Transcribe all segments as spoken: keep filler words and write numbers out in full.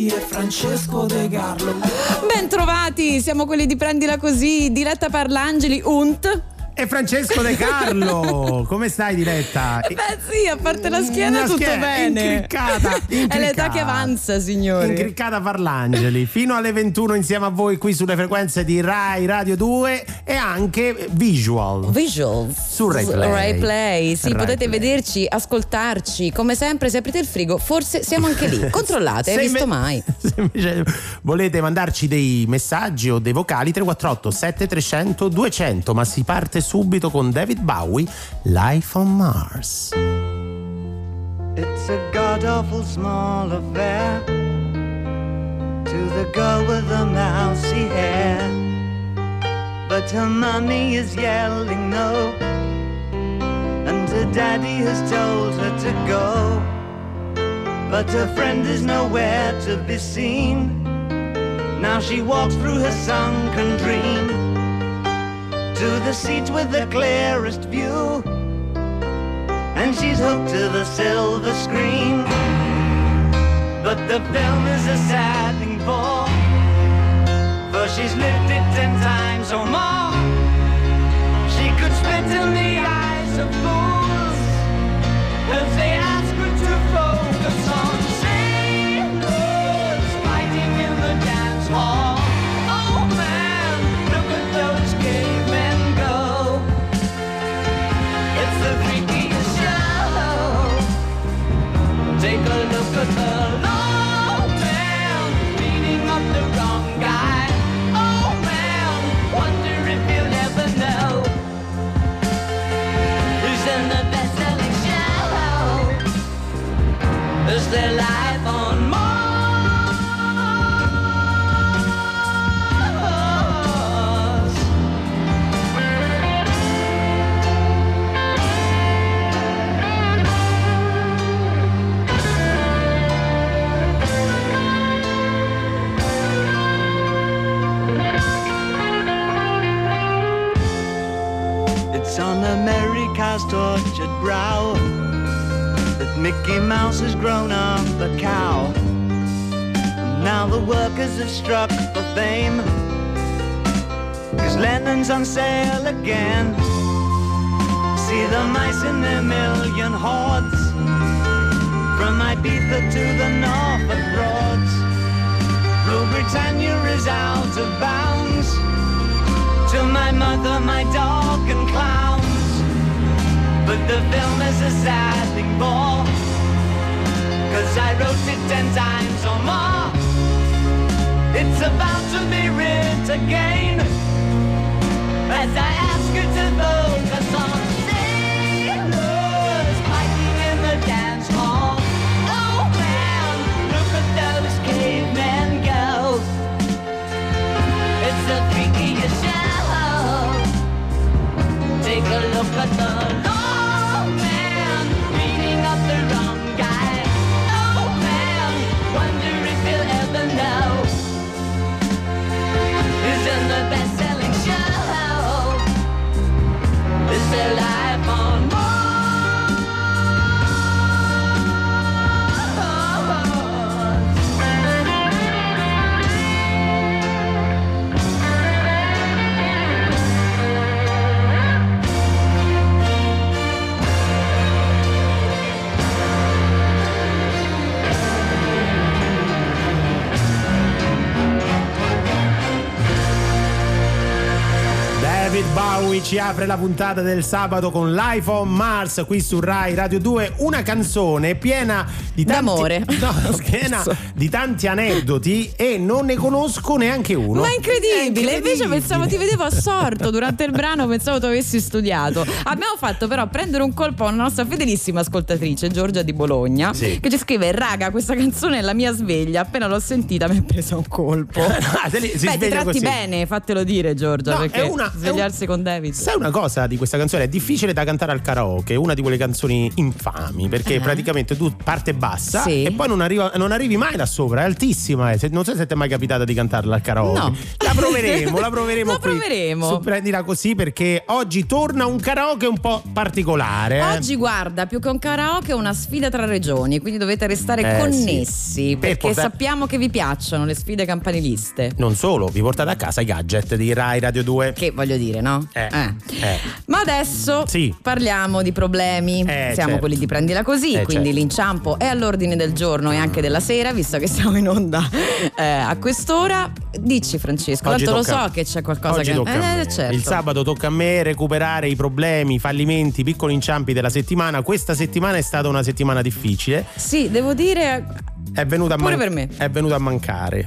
Parlangi e Francesco De Carlo. Ben trovati, siamo quelli di Prendila Così, Diletta Parlangeli und... E Francesco De Carlo, come stai Diletta? Beh sì, a parte la schiena Una tutto schiena bene. Incriccata, incriccata. È l'età che avanza, signori. Incriccata Parlangeli, fino alle ventuno insieme a voi qui sulle frequenze di Rai Radio due e anche visual. Visual Su Rai Play. Rai Play, sì, Rai potete Play. vederci, ascoltarci, come sempre se aprite il frigo, forse siamo anche lì. Controllate, hai Se visto inve- mai? Se invece volete mandarci dei messaggi o dei vocali, tre quattro otto sette tre zero zero due zero zero, ma si parte subito con David Bowie, Life on Mars. It's a god-awful small affair to the girl with the mousy hair, but her mommy is yelling no, and her daddy has told her to go, but her friend is nowhere to be seen. Now she walks through her sunken dream to the seat with the clearest view, and she's hooked to the silver screen. But the film is a sad thing for, for she's lived it ten times or more. She could spit in the eyes of fools if they ask her to focus on sailors fighting in the dance hall. Oh man, look at those cavemen go. It's the freakiest show. Take a look at the long man beating up the wrong guy. Oh man, wonder if you'll ever know who's in the best-selling show. Is there life on Mars? It's on America's tortured brow that Mickey Mouse has grown up a cow. And now the workers have struck for fame, 'cause Lennon's on sale again. See the mice in their million hordes, from Ibiza to the Norfolk Broads. Rule Britannia is out of bounds, to my mother, my dog and clowns. But the film is a sad thing for, 'cause I wrote it ten times or more. It's about to be writ again, as I ask you to focus on sailors fighting in the dance hall. Oh man, look at those cavemen go. It's the freakiest show. Take a look at the long man beating up the wrong guy. Oh man, wonder if you'll ever know who's in the best-selling show. Is there life on Mars? David Bowie ci apre la puntata del sabato con Life on Mars qui su Rai Radio due, una canzone piena di tanti, d'amore. no, piena di tanti aneddoti e non ne conosco neanche uno. Ma è incredibile, È incredibile. invece pensavo ti vedevo assorto durante il brano, pensavo tu avessi studiato. Abbiamo fatto però prendere un colpo a una nostra fedelissima ascoltatrice Giorgia di Bologna, Sì. che ci scrive: raga, questa canzone è la mia sveglia, appena l'ho sentita mi è presa un colpo. Ah, te li- si Beh, ti sveglia tratti così. bene, fatelo dire Giorgia, No, perché è una- è un- svegliarsi con David David. Sai una cosa di questa canzone? È difficile da cantare al karaoke, è una di quelle canzoni infami, perché Eh. praticamente tu parte bassa Sì. e poi non, arriva, non arrivi mai da sopra, è altissima. eh. Se- Non so se ti è mai capitata di cantarla al karaoke. No. La proveremo, la proveremo La qui. proveremo. Su Prendila Così, perché oggi torna un karaoke un po' particolare. eh. Oggi guarda, più che un karaoke è una sfida tra regioni, quindi dovete restare Eh, connessi sì. Per perché portare- sappiamo che vi piacciono le sfide campaniliste. Non solo, vi portate a casa i gadget di Rai Radio due. Che voglio dire, no? Eh, eh. Ma adesso Sì. parliamo di problemi. Eh, Siamo certo. quelli di Prendila Così, Eh, quindi certo. l'inciampo è all'ordine del giorno e anche della sera, visto che siamo in onda eh, a quest'ora. Dici Francesco, Oggi tanto lo tocca- so che c'è qualcosa Oggi che tocca a eh, me. certo. Il sabato tocca a me recuperare i problemi, i fallimenti, i piccoli inciampi della settimana. Questa settimana è stata una settimana difficile. Sì, devo dire È venuta a, Pure man- per me. è venuta a mancare.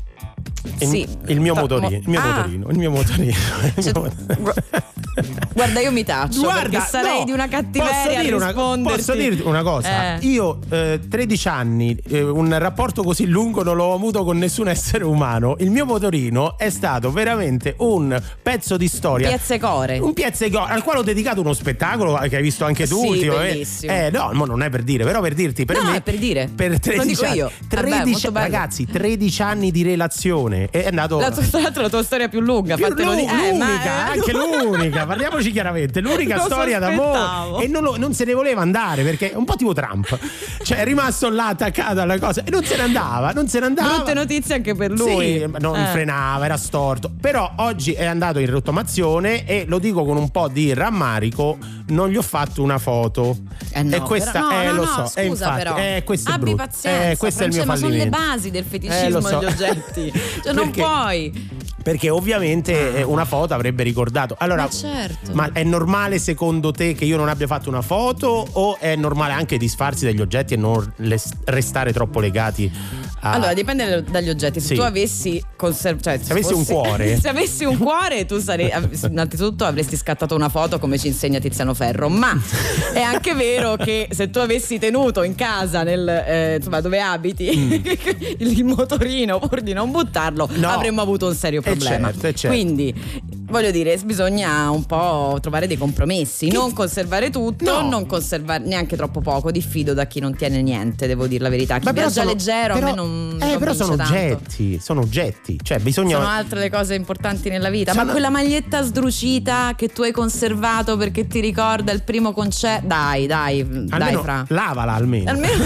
Il, Sì. il mio Ta- motorino, mo- il mio Ah. motorino, il mio motorino. il mio Cioè, motorino. gu- guarda, io mi taccio perché sarei no, di una posso cattiveria dire a una, risponderti. posso dirti una cosa? Eh. Io eh, tredici anni, eh, un rapporto così lungo non l'ho avuto con nessun essere umano. Il mio motorino è stato veramente un pezzo di storia. Piazzecore. Un piazzecore al quale ho dedicato uno spettacolo che hai visto anche tu Sì, ultimamente. bellissimo. Eh, no, mo non è per dire, però per dirti, per No, no, me è per dire. per Lo tredici dico anni, io. Vabbè, tredici molto bello. ragazzi, tredici anni di relazione. È andato La tua, tra l'altro la tua storia più lunga, più fatelo lu- di- eh, l'unica, ma- anche l'unica, parliamoci chiaramente, l'unica Lo storia sospettavo. d'amore e non, lo- non se ne voleva andare perché è un po' tipo Trump, cioè è rimasto là attaccato alla cosa e non se ne andava, non se ne andava. Brutte notizie anche per lui. Sì, non Eh. frenava, era storto. Però oggi è andato in rottamazione e lo dico con un po' di rammarico, non gli ho fatto una foto. Eh no, e questa però- no, eh, no, lo no, so, scusa eh, infatti, però. eh, questo è Abbi brutto. pazienza, Eh, questo è il mio Francesco, ma sono le fallimento. basi del Eh, feticismo lo so. degli oggetti. Cioè non Perché- puoi. Perché ovviamente eh, una foto avrebbe ricordato. Allora, Ma certo. ma è normale secondo te che io non abbia fatto una foto o è normale anche disfarsi degli oggetti e non le- restare troppo legati a... Allora, dipende dagli oggetti. Se Sì. tu avessi conserv- cioè, Se avessi un fossi- cuore. Se avessi un cuore, tu sarei innanzitutto avresti scattato una foto come ci insegna Tiziano Ferro. Ma è anche vero che se tu avessi tenuto in casa nel eh, insomma dove abiti il motorino pur di non buttarlo, No. avremmo avuto un serio Eh problema. certo, eh certo. Quindi voglio dire, bisogna un po' trovare dei compromessi, non conservare tutto, No. non conservare neanche troppo poco. Diffido da chi non tiene niente, devo dire la verità. Chi Ma però viaggia sono- leggero però- a me non eh, non però vince sono tanto. oggetti, sono oggetti, cioè bisogna Sono altre le cose importanti nella vita. Sono- Ma quella maglietta sdrucita che tu hai conservato perché ti ricorda il primo concerto. Dai, dai, dai, almeno Fra. lavala almeno. Almeno.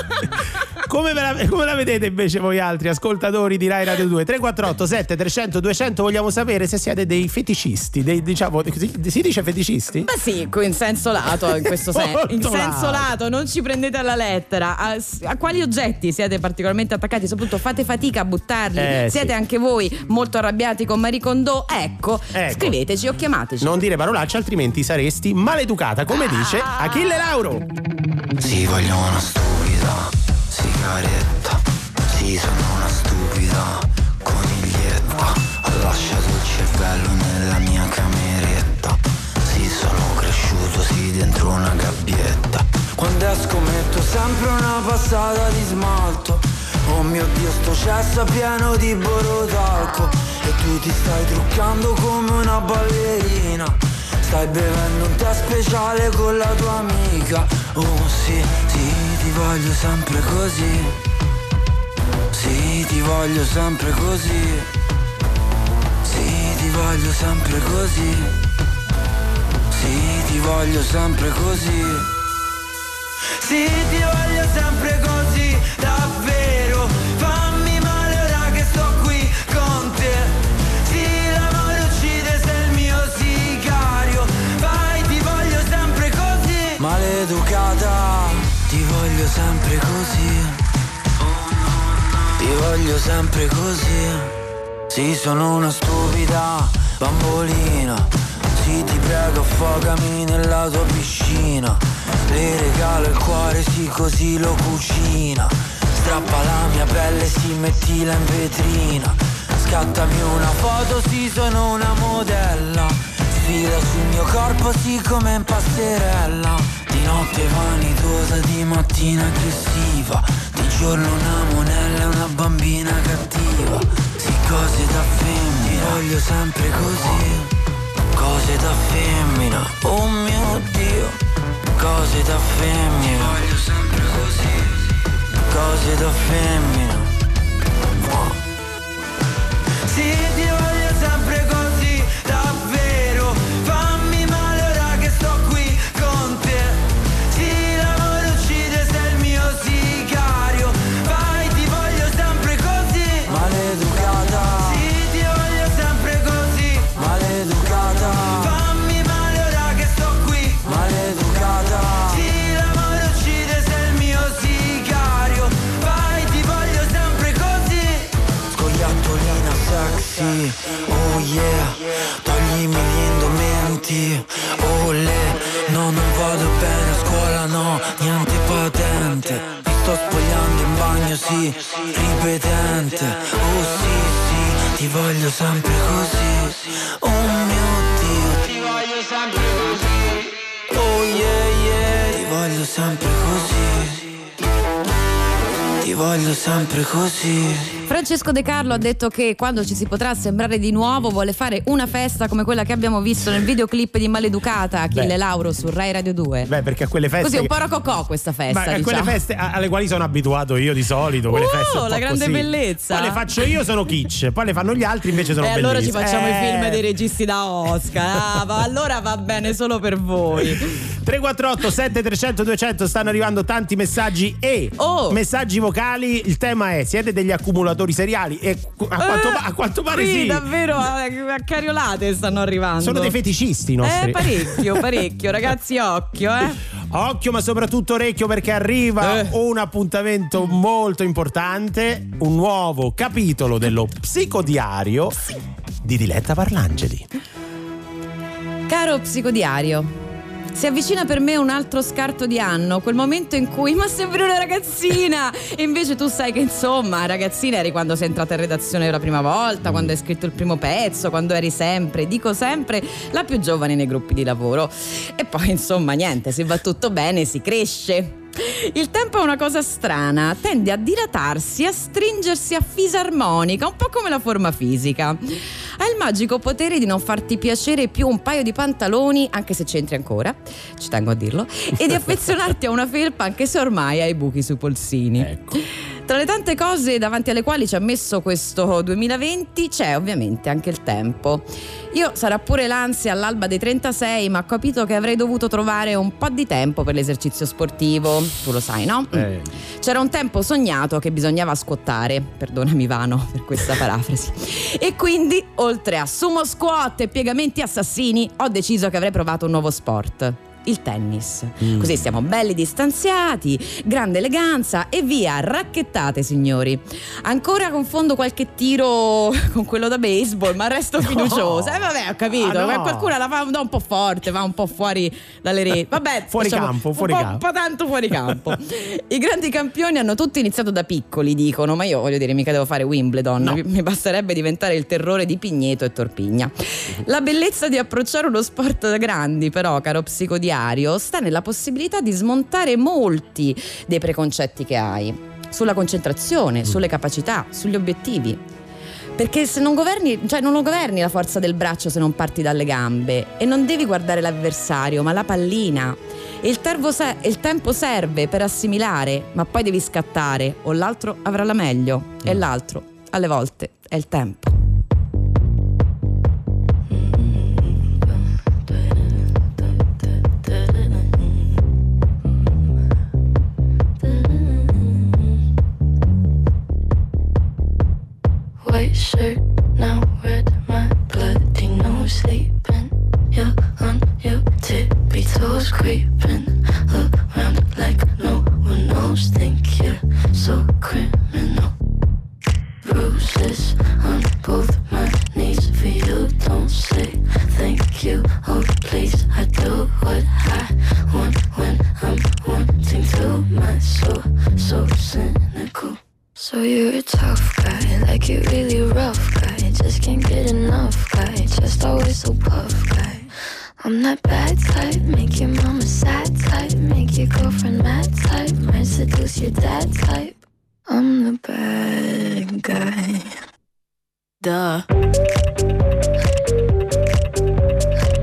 Come, ve la, come la vedete invece voi altri ascoltatori di Rai Radio due? tre quattro otto sette trecento duecento, vogliamo sapere se siete dei feticisti, dei, diciamo, si, si dice feticisti? Ma sì, in senso lato in questo senso. Molto In senso lato. lato, non ci prendete alla lettera. A, a quali oggetti siete particolarmente attaccati? Soprattutto fate fatica a buttarli. Eh, siete sì. anche voi molto arrabbiati con Marie Kondo? Ecco, Ecco. scriveteci o chiamateci. Non dire parolacce, altrimenti saresti maleducata, come dice Achille Lauro. Sì, voglio una stupida sigaretta. Sì, sono una stupida coniglietta. Ho lasciato il cervello nella mia cameretta. Sì, sono cresciuto, sì, dentro una gabbietta. Quando esco metto sempre una passata di smalto. Oh mio Dio, sto cesso è pieno di borotalco. E tu ti stai truccando come una ballerina. Stai bevendo un tè speciale con la tua amica. Oh sì, sì, ti voglio sempre così. Sì, ti voglio sempre così. Sì, ti voglio sempre così. Sì, ti voglio sempre così. Sì, ti voglio sempre così, davvero. Fammi male ora che sto qui con te. Sì, l'amore uccide, sei il mio sicario. Vai, ti voglio sempre così. Maleducata, ti voglio sempre così. Ti voglio sempre così. Sì, sono una stupida bambolina. Sì, ti prego, affogami nella tua piscina. Le regalo il cuore, sì, così lo cucina. Strappa la mia pelle, sì, mettila in vetrina. Scattami una foto, sì, sono una modella. Sfila sul mio corpo, sì, come in passerella. Di notte vanitosa, di mattina aggressiva. Di giorno una monella, una bambina cattiva. Sì, cose da femmina. Ti voglio sempre così. cose da femmina, oh mio Dio, cose da femmina, ti voglio sempre così, cose da femmina. Oh. Sì, ti voglio sempre così, davvero, fammi male ora che sto qui con te. Sì, l'amore uccide, sei il mio sicario, vai, ti voglio sempre così, maleducata. Sì, ti voglio sempre così, maleducata. Fammi male ora che sto qui, maleducata. Sì, l'amore uccide, sei il mio sicario, vai, ti voglio sempre così. Scoiattolina sexy, oh yeah, toglimi gli indumenti, oh le, no non vado bene a scuola, no, niente patente, mi sto spogliando in bagno, sì, ripetente, oh sì sì, ti voglio sempre così, oh mio Dio, ti voglio sempre così, oh yeah yeah, ti voglio sempre così, ti voglio sempre così. Francesco De Carlo ha detto che quando ci si potrà sembrare di nuovo vuole fare una festa come quella che abbiamo visto nel videoclip di Maleducata, Achille Lauro su Rai Radio due. Beh, perché a quelle feste così un po' rococò questa festa, ma a diciamo. quelle feste alle quali sono abituato io di solito, quelle Oh, feste un po' la grande così. Pellezza. Poi le faccio io, sono kitsch, poi le fanno gli altri, invece sono E bellissime. allora ci facciamo eh... i film dei registi da Oscar. Ah, ma allora va bene solo per voi. tre quattro otto sette tre zero zero due zero zero, stanno arrivando tanti messaggi e oh. messaggi vocali. Il tema è: siete degli accumulatori seriali? E a quanto, a quanto pare sì, sì, davvero a, a cariolate stanno arrivando. Sono dei feticisti i nostri. Eh, parecchio, parecchio, ragazzi, occhio, eh. Occhio, ma soprattutto orecchio, perché arriva eh. un appuntamento molto importante, un nuovo capitolo dello psicodiario di Diletta Parlangeli. Caro psicodiario, si avvicina per me un altro scarto di anno, quel momento in cui ma sembri una ragazzina, e invece tu sai che insomma ragazzina eri quando sei entrata in redazione per la prima volta, quando hai scritto il primo pezzo, quando eri sempre, dico sempre, la più giovane nei gruppi di lavoro. E poi insomma niente, se va tutto bene si cresce. Il tempo è una cosa strana, tende a dilatarsi, a stringersi a fisarmonica, un po' come la forma fisica. Ha il magico potere di non farti piacere più un paio di pantaloni, anche se c'entri ancora, ci tengo a dirlo, e di affezionarti a una felpa anche se ormai hai buchi sui polsini. Ecco. Tra le tante cose davanti alle quali ci ha messo questo duemilaventi c'è ovviamente anche il tempo. Io sarà pure l'ansia all'alba dei trentasei, ma ho capito che avrei dovuto trovare un po' di tempo per l'esercizio sportivo. Tu lo sai, no? Eh. C'era un tempo sognato che bisognava squattare, perdonami Vano per questa parafrasi. E quindi, oltre a sumo squat e piegamenti assassini, ho deciso che avrei provato un nuovo sport. Il tennis. Mm. Così stiamo belli distanziati, grande eleganza e via, racchettate signori. Ancora confondo qualche tiro con quello da baseball, ma resto fiduciosa. E eh, vabbè, ho capito, ah, no. qualcuna la fa un po' forte, va un po' fuori dalle reti. Vabbè, fuori campo, fuori un po', campo. Un po' tanto fuori campo. I grandi campioni hanno tutti iniziato da piccoli, dicono, ma io voglio dire, mica devo fare Wimbledon, no. Mi basterebbe diventare il terrore di Pigneto e Torpigna. La bellezza di approcciare uno sport da grandi, però, caro psicodiario, sta nella possibilità di smontare molti dei preconcetti che hai sulla concentrazione, sulle capacità, sugli obiettivi. Perché se non governi, cioè non lo governi la forza del braccio se non parti dalle gambe, e non devi guardare l'avversario, ma la pallina. E il, se- il tempo serve per assimilare, ma poi devi scattare, o l'altro avrà la meglio, e l'altro, alle volte, è il tempo. White shirt, now red, my bloody nose sleeping. You're on your tippy toes creeping around like no one knows. Think you're so criminal. Bruises on both my knees for you. Don't say thank you, oh please. I do what I want when I'm wanting to. My soul so cynical. So you're a tough guy, like you really rough guy. Just can't get enough guy, just always so puff guy. I'm that bad type, make your mama sad type, make your girlfriend mad type, might seduce your dad type. I'm the bad guy. Duh.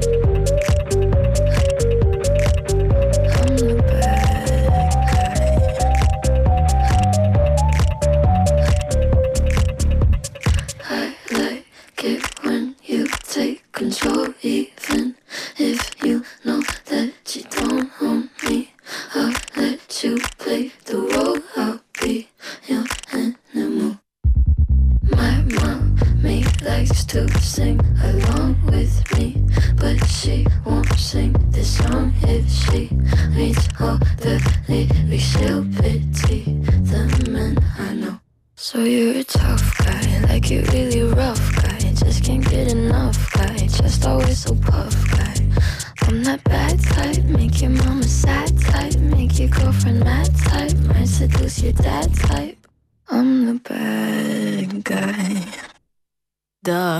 to sing along with me, but she won't sing this song if she reads all the lyrics. She'll pity the men I know. So you're a tough guy, like you're really rough guy, just can't get enough guy, just always so puff guy. I'm that bad type, make your mama sad type, make your girlfriend mad type, might seduce your dad type. I'm the bad guy. Duh.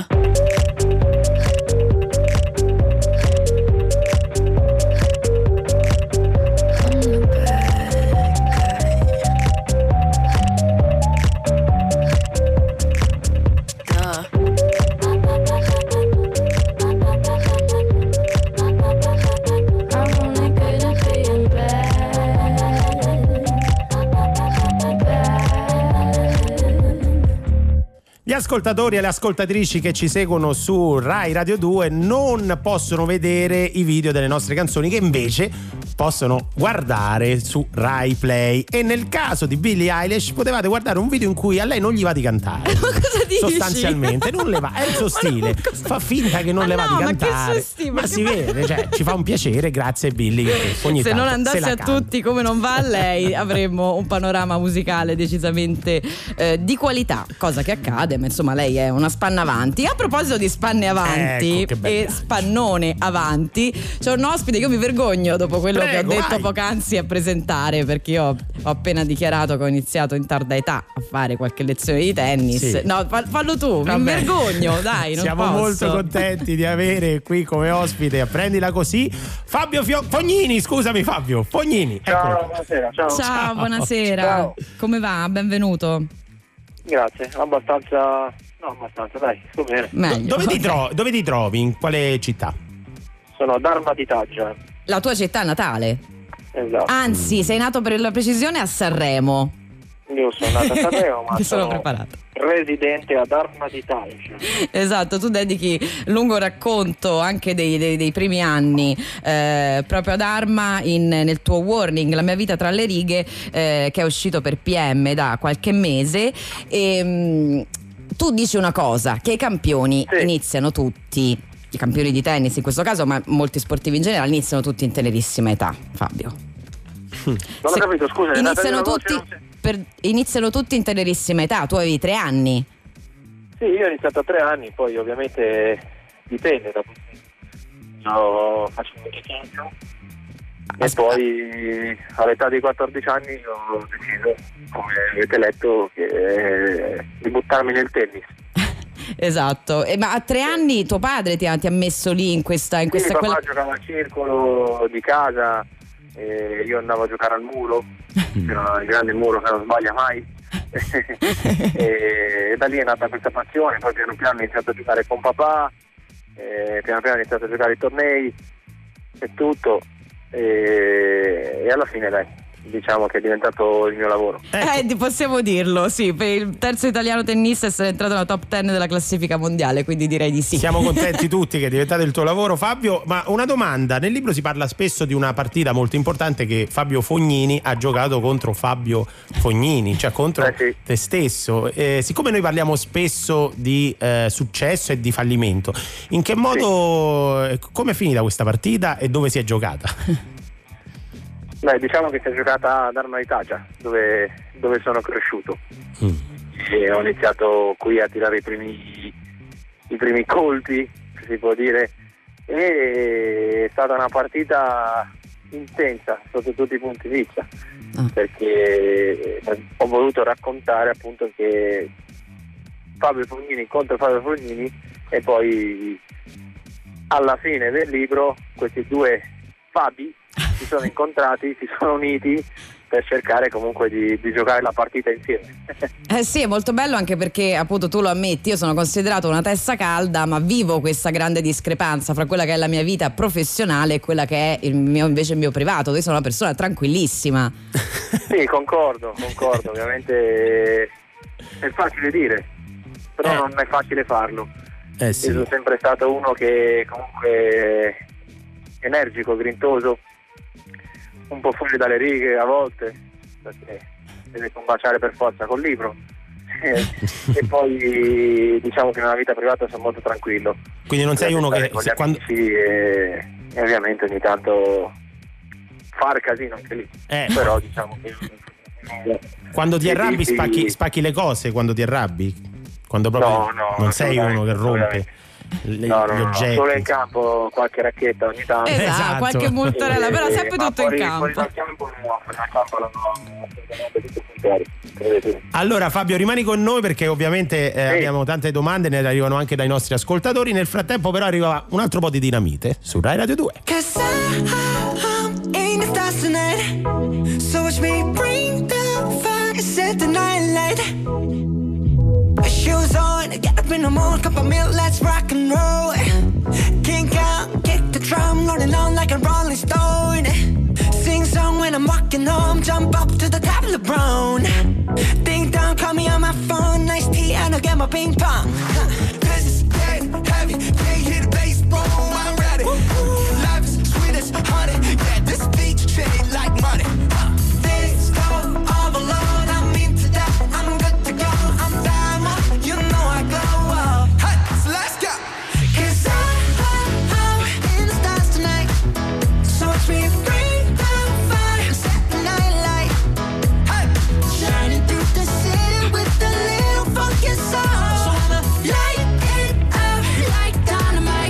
Gli ascoltatori e le ascoltatrici che ci seguono su Rai Radio due non possono vedere i video delle nostre canzoni, che invece possono guardare su Rai Play. E nel caso di Billie Eilish potevate guardare un video in cui a lei non gli va di cantare. Ma cosa dici? Sostanzialmente non le va, è il suo stile, cosa... fa finta che non ma le va no, di cantare, ma, stile, ma, ma si vede, cioè ci fa un piacere, grazie Billie, che ogni se tanto non andasse se la a canta. tutti come non va a lei avremmo un panorama musicale decisamente eh, di qualità, cosa che accade, ma insomma lei è una spanna avanti. A proposito di spanne avanti, ecco, che e spannone avanti, c'è un ospite che io mi vergogno dopo quello Prego, che ho detto vai. poc'anzi a presentare, perché io ho appena dichiarato che ho iniziato in tarda età a fare qualche lezione di tennis. Sì. No, fallo tu, Vabbè. mi vergogno, dai, non siamo posso. molto contenti di avere qui come ospite, prendila così, Fabio Fio- Fognini, scusami Fabio Fognini. Ciao, Eccolo. buonasera, ciao. Ciao, buonasera. Ciao. Come va? Benvenuto. Grazie, abbastanza, no abbastanza, dai, sto bene. Meglio. Dove, ti Ok. tro- dove ti trovi? In quale città? Sono ad Arma di Taggia, La tua città natale? esatto. Anzi, sei nato per la precisione a Sanremo. Io sono nato a Sanremo, ma Mi sono sono preparato. residente ad Arma di Taggia. Esatto, tu dedichi lungo racconto anche dei, dei- dei primi anni eh, proprio ad Arma in- nel tuo Warning, La mia vita tra le righe, eh, che è uscito per P M da qualche mese. E, mh, tu dici una cosa, che i campioni Sì. iniziano tutti, i campioni di tennis in questo caso, ma molti sportivi in generale, iniziano tutti in tenerissima età, Fabio. Non ho Se- capito, scusa, è andata iniziano via la voce, tutti, non si- per- iniziano tutti in tenerissima età. Tu avevi tre anni. Sì, io ho iniziato a tre anni, poi ovviamente dipende, da... io faccio molto calcio e Asp- poi all'età di quattordici anni ho deciso, come avete letto, che, di buttarmi nel tennis. Esatto. E, ma a tre anni tuo padre ti ha, ti ha messo lì in questa, in Sì, questa papà quella... giocava al circolo di casa, e io andavo a giocare al muro, c'era il grande muro che non sbaglia mai. E da lì è nata questa passione, poi piano piano ho iniziato a giocare con papà, e piano piano ho iniziato a giocare i tornei e tutto, e, e alla fine dai, diciamo che è diventato il mio lavoro. Ecco. Eh, ti possiamo dirlo, sì, per il terzo italiano tennista essere entrato nella top dieci della classifica mondiale, quindi direi di sì. Siamo contenti tutti che è diventato il tuo lavoro, Fabio. Ma una domanda: nel libro si parla spesso di una partita molto importante che Fabio Fognini ha giocato contro Fabio Fognini, cioè contro Eh sì. te stesso. Eh, siccome noi parliamo spesso di eh, successo e di fallimento, in che modo, eh, come è finita questa partita e dove si è giocata? Beh, diciamo che si è giocata ad Arma di Taggia, dove, dove sono cresciuto. Mm. E ho iniziato qui a tirare i primi, i primi colpi, se si può dire, e è stata una partita intensa sotto tutti i punti di vista, Ah. perché ho voluto raccontare appunto che Fabio Fognini contro Fabio Fognini, e poi alla fine del libro questi due Fabi si sono incontrati, si sono uniti per cercare comunque di, di giocare la partita insieme. Eh sì, è molto bello anche perché appunto tu lo ammetti, io sono considerato una testa calda, ma vivo questa grande discrepanza fra quella che è la mia vita professionale e quella che è il mio, invece il mio privato. Io sono una persona tranquillissima. Sì, concordo, concordo, ovviamente è facile dire, però Eh. non è facile farlo. Eh Io sì. sono sempre stato uno che comunque è energico, grintoso, un po' fuori dalle righe a volte, perché deve combaciare per forza col libro, e poi diciamo che nella vita privata sono molto tranquillo. Quindi non sei uno che con gli quando... amici e, e ovviamente ogni tanto fare casino anche lì, eh. però diciamo che quando ti arrabbi sì, spacchi, sì. spacchi le cose, quando ti arrabbi, quando proprio no, no, non sei uno che rompe le, no, no, gli no, oggetti. solo in campo qualche racchetta ogni tanto, Esatto, Esatto. qualche moltorella, però sempre ma tutto fuori, in campo. fuori dal campo no, fuori dal campo no, assolutamente tutto contrario, credete. Allora Fabio, rimani con noi perché ovviamente eh, Sì. abbiamo tante domande, ne arrivano anche dai nostri ascoltatori. Nel frattempo però arriva un altro po' di Dinamite su Rai Radio due. Cause I'm in the stars tonight. So watch me bring the fire, set the night light. Shoes on, get up in the morning, cup of milk, let's rock and roll. Kink out, kick the drum, rolling on like a rolling stone. Sing song when I'm walking home, jump up to the top of the brown. Ding dong, call me on my phone, nice tea and I'll get my ping pong. This is dead heavy, can't hear the bass, boom, I'm ready. Life is sweet as honey, yeah, this beat shade like money. This go all alone, I'm into that, I'm good to go, I'm diamond, you know I glow up. Hey, so let's go. Cause I'm, I'm in the stars tonight, so watch me bring the fire, set the night light. Hey, shining through the city with a little funky soul. So I'ma light it up like dynamite.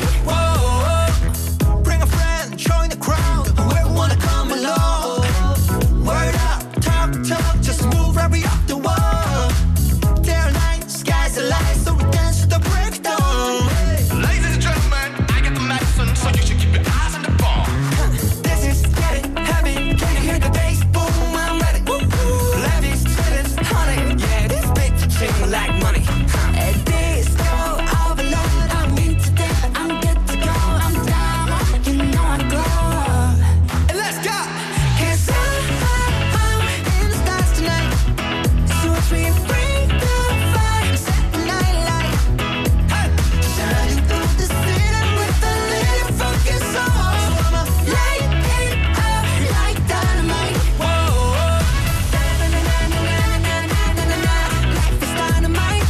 Whoa, bring a friend, join the crowd, whoever wanna come along. Word up, talk, talk, just move right up the wall. Day or night, sky's the light, so we dance to the break of dawn. Ladies and gentlemen, I got the medicine, so you should keep your eyes on the ball. This is getting heavy, can you hear the bass? Boom, I'm ready. Levi's, sweetest honey, yeah, this bitch sing like money. At this go overload, I'm into that, I'm good to go, I'm down, you know I glow. And let's go! Cause I'm, I'm in the stars tonight, so watch me bring the fire, set the night light. Hey, shining through the city with a little funky soul. So I'ma light it up like dynamite. Whoa, da-na-na-na-na-na-na-na-na-na. Life is dynamite.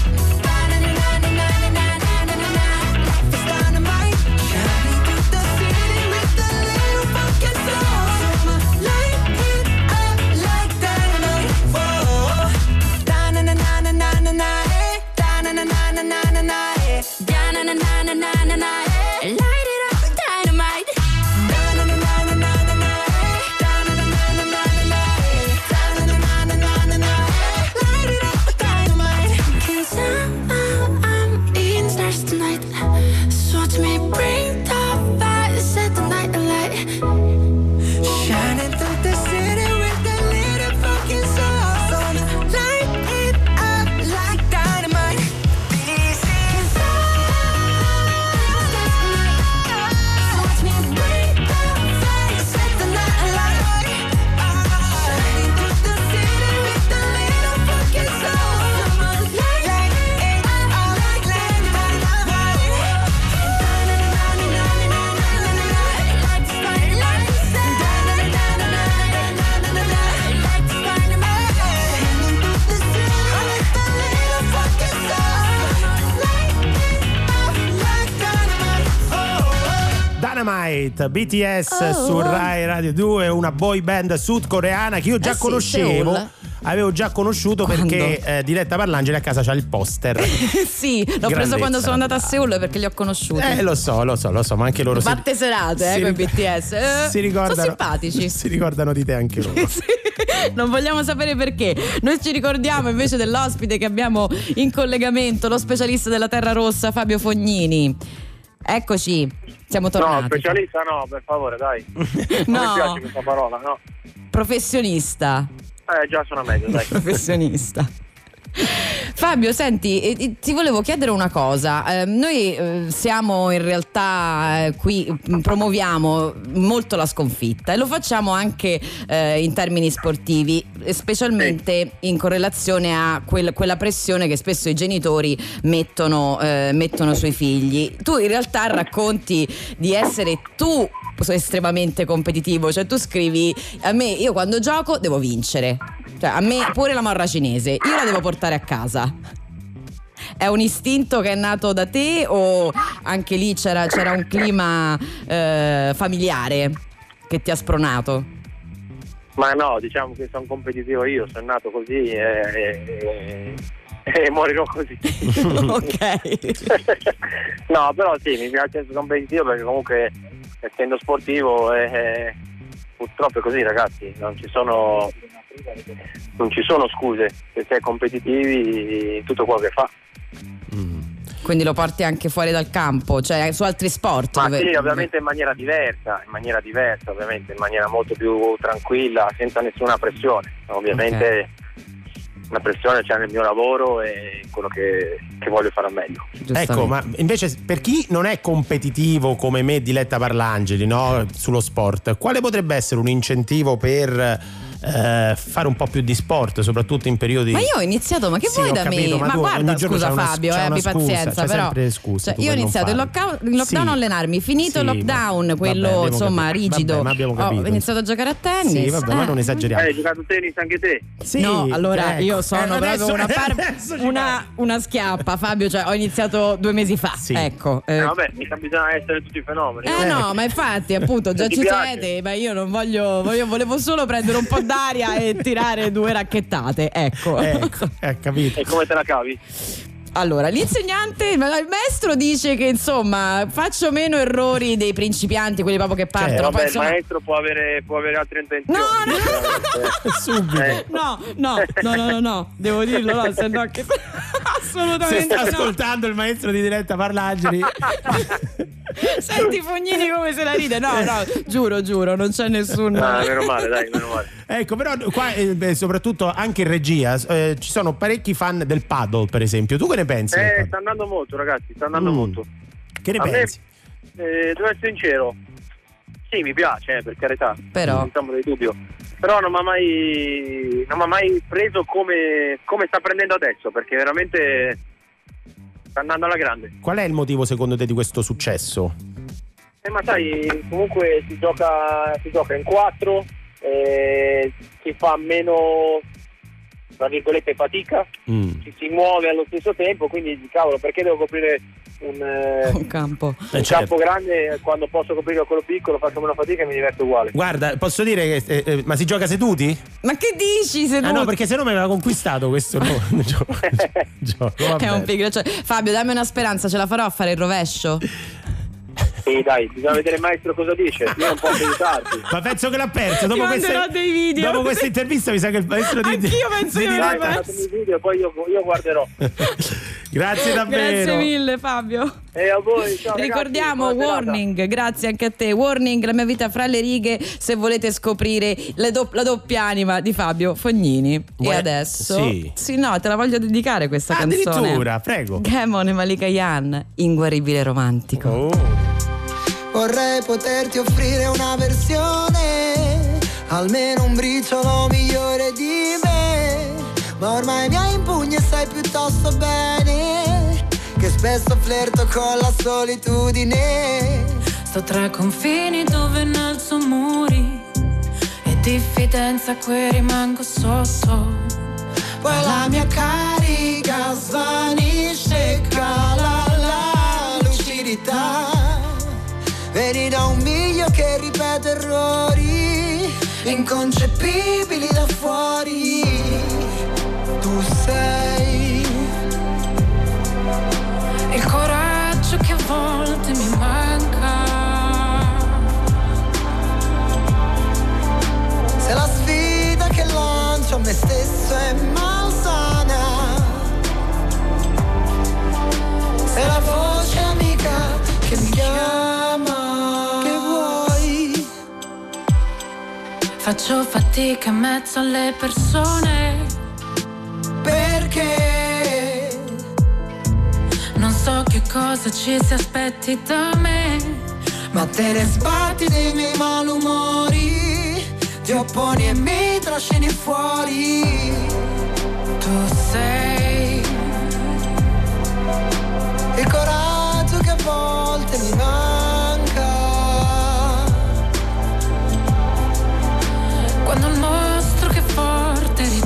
Da-na-na-na-na-na-na-na-na-na. Life is dynamite. Shining through the city with a little funky soul. So I'ma light it up like dynamite. Whoa, da-na-na-na-na-na-na-na. Da-na-na-na-na-na-na-na. Da-na-na-na-na-na-na. Light it up like dynamite. Da-na-na-na-na-na-na. Da-na-na-na-na-na-na. Da-na-na-na-na-na-na. Light it up like dynamite. 'Cause I'm, I'm in stars tonight. So watch me bring the fire, set the night alight. Shining through the city with a little fucking soul. So I'ma light it up like dynamite. This is so watch me bring the fire, set the night alight. Shining through the city with a little fucking soul. I'ma light it up like dynamite. Dynamite, B T S Oh. su Rai Radio due, una boy band sudcoreana che io già Eh sì, conoscevo. Seoul. Avevo già conosciuto Quando? perché eh, Diletta Parlangeli a casa c'ha il poster. Sì, l'ho preso quando sono andata a Seoul perché li ho conosciuti. Eh, lo so, lo so, lo so, ma anche loro si- Batte serate, eh, si con i ric- B T S. Eh, si ricordano, sono simpatici. Si ricordano di te anche loro. Sì, non vogliamo sapere perché. Noi ci ricordiamo invece dell'ospite che abbiamo in collegamento, lo specialista della Terra Rossa, Fabio Fognini. Eccoci, siamo No, tornati. specialista no, per favore, dai. Non No. mi piace questa parola, no. Professionista. Eh, già sono meglio, dai. Professionista. Fabio, senti, eh, eh, ti volevo chiedere una cosa. Eh, noi eh, siamo in realtà eh, qui, mh, promuoviamo molto la sconfitta e lo facciamo anche eh, in termini sportivi, eh, specialmente in correlazione a quel- quella pressione che spesso i genitori mettono, eh, mettono sui figli. Tu in realtà racconti di essere tu estremamente competitivo, cioè tu scrivi: a me, io quando gioco devo vincere. Cioè, a me pure la morra cinese, io la devo portare a casa. È un istinto che è nato da te o anche lì c'era, c'era un clima eh, familiare che ti ha spronato? Ma no, diciamo che sono competitivo io, sono nato così e, e, e morirò così. Ok. No, però sì, mi piace essere competitivo perché comunque essendo sportivo e, e, purtroppo è così, ragazzi, non ci sono non ci sono scuse, se sei competitivi in tutto quello che fa. Quindi lo porti anche fuori dal campo, cioè su altri sport? Ma dove... sì, ovviamente in maniera diversa, in maniera diversa, ovviamente in maniera molto più tranquilla, senza nessuna pressione. Ovviamente okay. La pressione c'è nel mio lavoro e quello che, che voglio fare al meglio. Ecco, ma invece per chi non è competitivo come me, Diletta Parlangeli, no, sullo sport, quale potrebbe essere un incentivo per Eh, fare un po' più di sport, soprattutto in periodi. Ma io ho iniziato, ma che sì, vuoi da capito, me? ma, Ma tu, guarda, scusa una, Fabio, eh, abbi pazienza, però scusa, cioè, io ho iniziato il lockdown, il lockdown sì. a allenarmi, finito sì, il lockdown, ma, quello vabbè, insomma capito. rigido. Vabbè, ma abbiamo capito. Ho iniziato a giocare a tennis. Sì, vabbè, eh. ma non esageriamo. Hai giocato a tennis anche te? Sì, no, allora ecco. io sono eh, proprio adesso, una, par- una, una schiappa, Fabio, cioè ho iniziato due mesi fa. Sì. Ecco. Eh. Eh, vabbè, mica bisogna essere tutti fenomeni. Eh no, ma infatti, appunto, già ci siete, ma io non voglio, voglio, volevo solo prendere un po' d'aria e tirare due racchettate, ecco. Ecco, eh, capito. E come te la cavi? Allora, l'insegnante, il maestro dice che insomma faccio meno errori dei principianti, quelli proprio che partono. Cioè, Vabbè, poi, insomma... il maestro può avere, può avere altre intenzioni. No, no. Subito. Eh. No, no, no, no, no, no, devo dirlo, no, se no che... Assolutamente Se sta no. ascoltando il maestro di Diletta Parlangeli. Senti Fognini come se la ride. No, no, giuro, giuro, non c'è nessun... Ah, meno male, dai, meno male. Ecco, però qua eh, beh, soprattutto anche in regia eh, ci sono parecchi fan del paddle, per esempio. Tu che ne pensi? Eh, sta andando molto, ragazzi, sta andando Mm. molto. Che ne A me, pensi? eh, devo essere sincero, sì, mi piace, eh, per carità, Però. non siamo di dubbio. Però non mi ha mai non mi ha mai preso come, come sta prendendo adesso, perché veramente sta andando alla grande. Qual è il motivo secondo te di questo successo? Eh, ma sai, comunque si gioca si gioca in quattro, eh, si fa meno, tra virgolette, fatica, Mm. ci si muove allo stesso tempo, quindi cavolo, perché devo coprire un, eh, Un campo. un Eh, certo. campo grande quando posso coprire quello piccolo, faccio meno fatica e mi diverto uguale. Guarda, posso dire che eh, eh, ma si gioca seduti? Ma che dici? Se Ah tu... no, perché se no mi aveva conquistato questo no, gioco. gioco È vabbè. un pigro, cioè, Fabio, dammi una speranza, ce la farò a fare il rovescio? Sì, dai, bisogna vedere il maestro cosa dice, io non posso aiutarti. Ma penso che l'ha perso. Dopo Ti questa, manderò dei video. dopo questa intervista mi sa che il maestro di Anch'io penso di che Diletta- l'hai Dai, perso. mandatemi il video, poi io, io guarderò. Grazie davvero. Grazie mille Fabio. E a voi, ciao ragazzi, Ricordiamo buona serata. Warning, grazie anche a te. Warning, la mia vita fra le righe, se volete scoprire le do- la doppia anima di Fabio Fognini. Vuoi- E adesso sì. no, te la voglio dedicare questa Ah, canzone. addirittura, prego. Gamon e Malika Yan, Inguaribile romantico. Oh. Vorrei poterti offrire una versione, almeno un briciolo migliore di me, ma ormai mi hai in pugno e sai piuttosto bene che spesso flirto con la solitudine. Sto tra confini dove innalzo muri e diffidenza a cui rimango sotto. Poi la mia carica svanisce, cala la lucidità. Veni da un miglio che ripete errori inconcepibili da fuori. Tu sei Il coraggio che a volte mi manca. se la sfida che lancio a me stesso è malsana. Se la voce amica che mi chiama. Che vuoi? Faccio fatica in mezzo alle persone, Perché? non so che cosa ci si aspetti da me. Ma te ne sbatti dei miei malumori, ti opponi e mi trascini fuori. Tu sei Il coraggio che a volte mi manca. quando il mostro che forte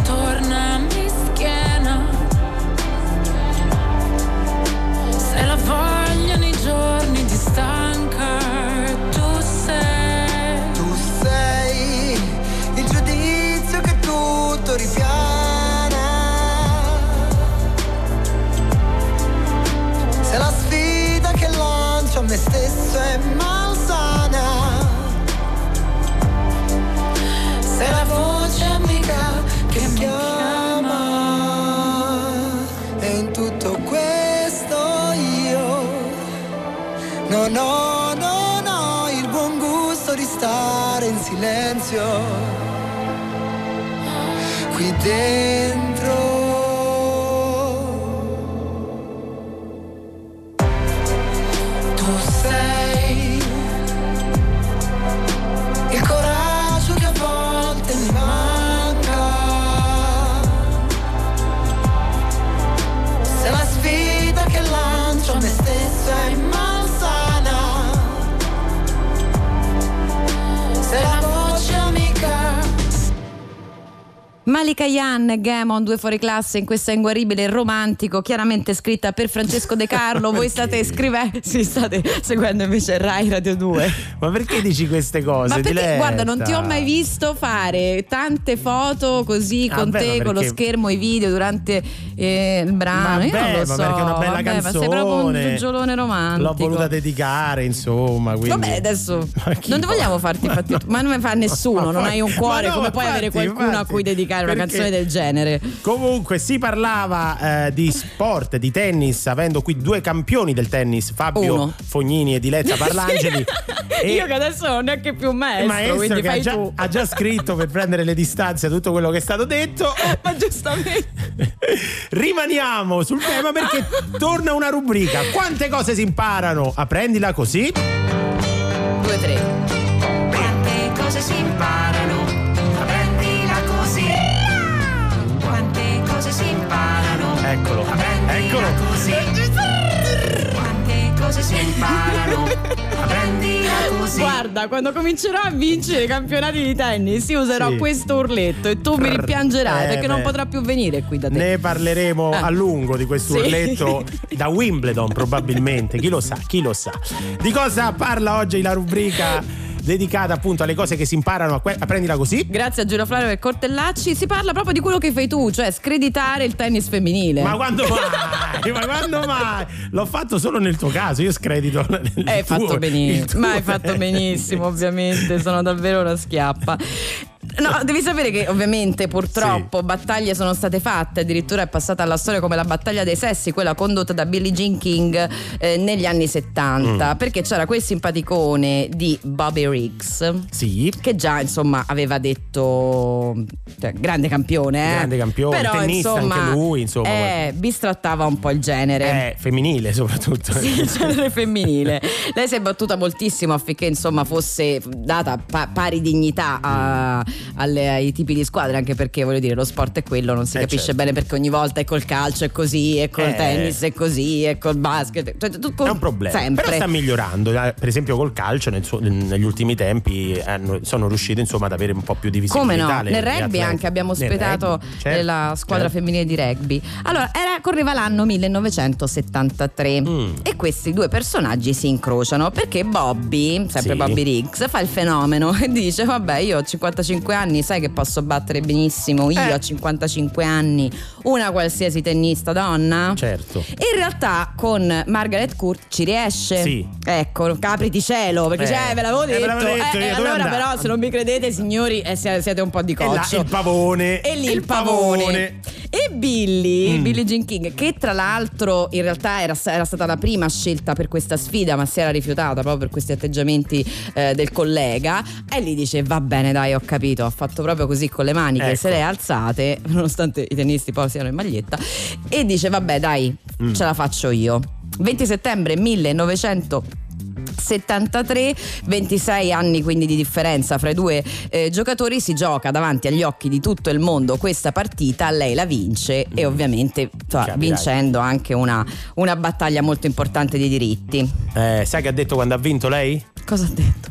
silenzio qui dentro. Tu sei il coraggio che a volte mi manca, sei la sfida che lancio a me stesso è malsana, sei la voce amica. Malika Yan, Gamon, due fuori classe in questa inguaribile romantico, chiaramente scritta per Francesco De Carlo. Voi state scrivendo, sì, state seguendo invece Rai Radio due. Ma perché dici queste cose? Ma perché, Diletta? guarda, non ti ho mai visto fare tante foto così Ah, con beh, te, ma con lo perché- schermo, i video durante eh, il brano. Io Vabbè, non lo ma so. perché è una bella vabbè, ma canzone. sei proprio un giolone romantico. L'ho voluta dedicare, insomma. Quindi... Vabbè, adesso Ma chi non fa? vogliamo farti Ma fatti, no. ma non mi fa nessuno, Ma non poi- hai un cuore, ma no, come puoi infatti, avere qualcuno infatti. a cui dedicare una Perché- canzone del genere? Comunque si parlava eh, di sport, di tennis, avendo qui due campioni del tennis, Fabio Uno. Fognini e Diletta Parlangeli. E Io che adesso non neanche più il maestro, maestro quindi che ha fai già, tu. ha già scritto per prendere le distanze da tutto quello che è stato detto. Ma giustamente. Rimaniamo sul tema perché torna una rubrica. Quante cose si imparano? Apprendila così. Due, tre. Quante cose si imparano, apprendila così. Quante cose si imparano, Eccolo, apprendila eccolo. così. Quante cose si imparano, apprendila così. Guarda, quando comincerò a vincere i campionati di tennis, io userò Sì. questo urletto e tu mi rimpiangerai Eh, perché non beh. potrà più venire qui da te. Ne parleremo Ah. a lungo di questo Sì. urletto da Wimbledon probabilmente, chi lo sa, chi lo sa. Di cosa parla oggi la rubrica dedicata appunto alle cose che si imparano a, que- a prendila così? Grazie a Giulio Flavio e Cortellacci. Si parla proprio di quello che fai tu, cioè screditare il tennis femminile. Ma quando mai? Ma quando mai? L'ho fatto solo nel tuo caso, io scredito il Hai tuo- fatto il benissimo, tuo ma hai fatto tennis. benissimo, ovviamente, sono davvero una schiappa. No, devi sapere che ovviamente purtroppo battaglie sono state fatte, addirittura è passata alla storia come la battaglia dei sessi, quella condotta da Billie Jean King eh, negli anni settanta, Mm. perché c'era quel simpaticone di Bobby Riggs. Sì. Che già insomma aveva detto, cioè, grande campione, eh? Grande campione, però tennista insomma, anche lui, insomma. eh, bistrattava un po' il genere. Eh, femminile soprattutto. Sì, il genere femminile. Lei si è battuta moltissimo affinché insomma fosse data pa- pari dignità a- alle- ai tipi di squadre, anche perché voglio dire lo sport è quello, non si Eh, capisce certo. bene perché ogni volta è col calcio è così, è col Eh. tennis è così, è col basket, cioè, tutto- È un problema, sempre. però sta migliorando. Eh, Per esempio col calcio nel suo- negli ultimi tempi hanno- sono riusciti insomma ad avere un po' più di Come visibilità. no? le- Nel gli rugby atleti. anche abbiamo Nel ospitato rugby, certo, la squadra certo. femminile di rugby. Allora, era, correva l'anno millenovecentosettantatré Mm. e questi due personaggi si incrociano perché Bobby, sempre Sì. Bobby Riggs, fa il fenomeno e dice vabbè, io ho cinquantacinque anni, sai che posso battere benissimo io Eh. a cinquantacinque anni una qualsiasi tennista donna? Certo. E in realtà con Margaret Court ci riesce. Sì. Ecco, capriti cielo, perché Eh, dice, eh, ve l'avevo eh, detto. ve l'avevo detto Eh, io, eh, dove allora andate? però se non mi credete signori eh, siete siete un po' di E là coccio. il pavone. E lì il pavone. E Billie, Mm. Billie Jean King, che tra l'altro in realtà era, era stata la prima scelta per questa sfida, ma si era rifiutata proprio per questi atteggiamenti eh, del collega. E lì dice: va bene, dai, ho capito. Ha fatto proprio così con le maniche, Ecco. se le ha alzate, nonostante i tennisti poi siano in maglietta. E dice: vabbè, dai, Mm. ce la faccio io. venti settembre millenovecento settantatré, ventisei anni quindi di differenza fra i due eh, giocatori, si gioca davanti agli occhi di tutto il mondo questa partita, lei la vince e ovviamente insomma, Capirai. vincendo anche una, una battaglia molto importante di diritti. Eh, sai che ha detto quando ha vinto lei? Cosa ha detto?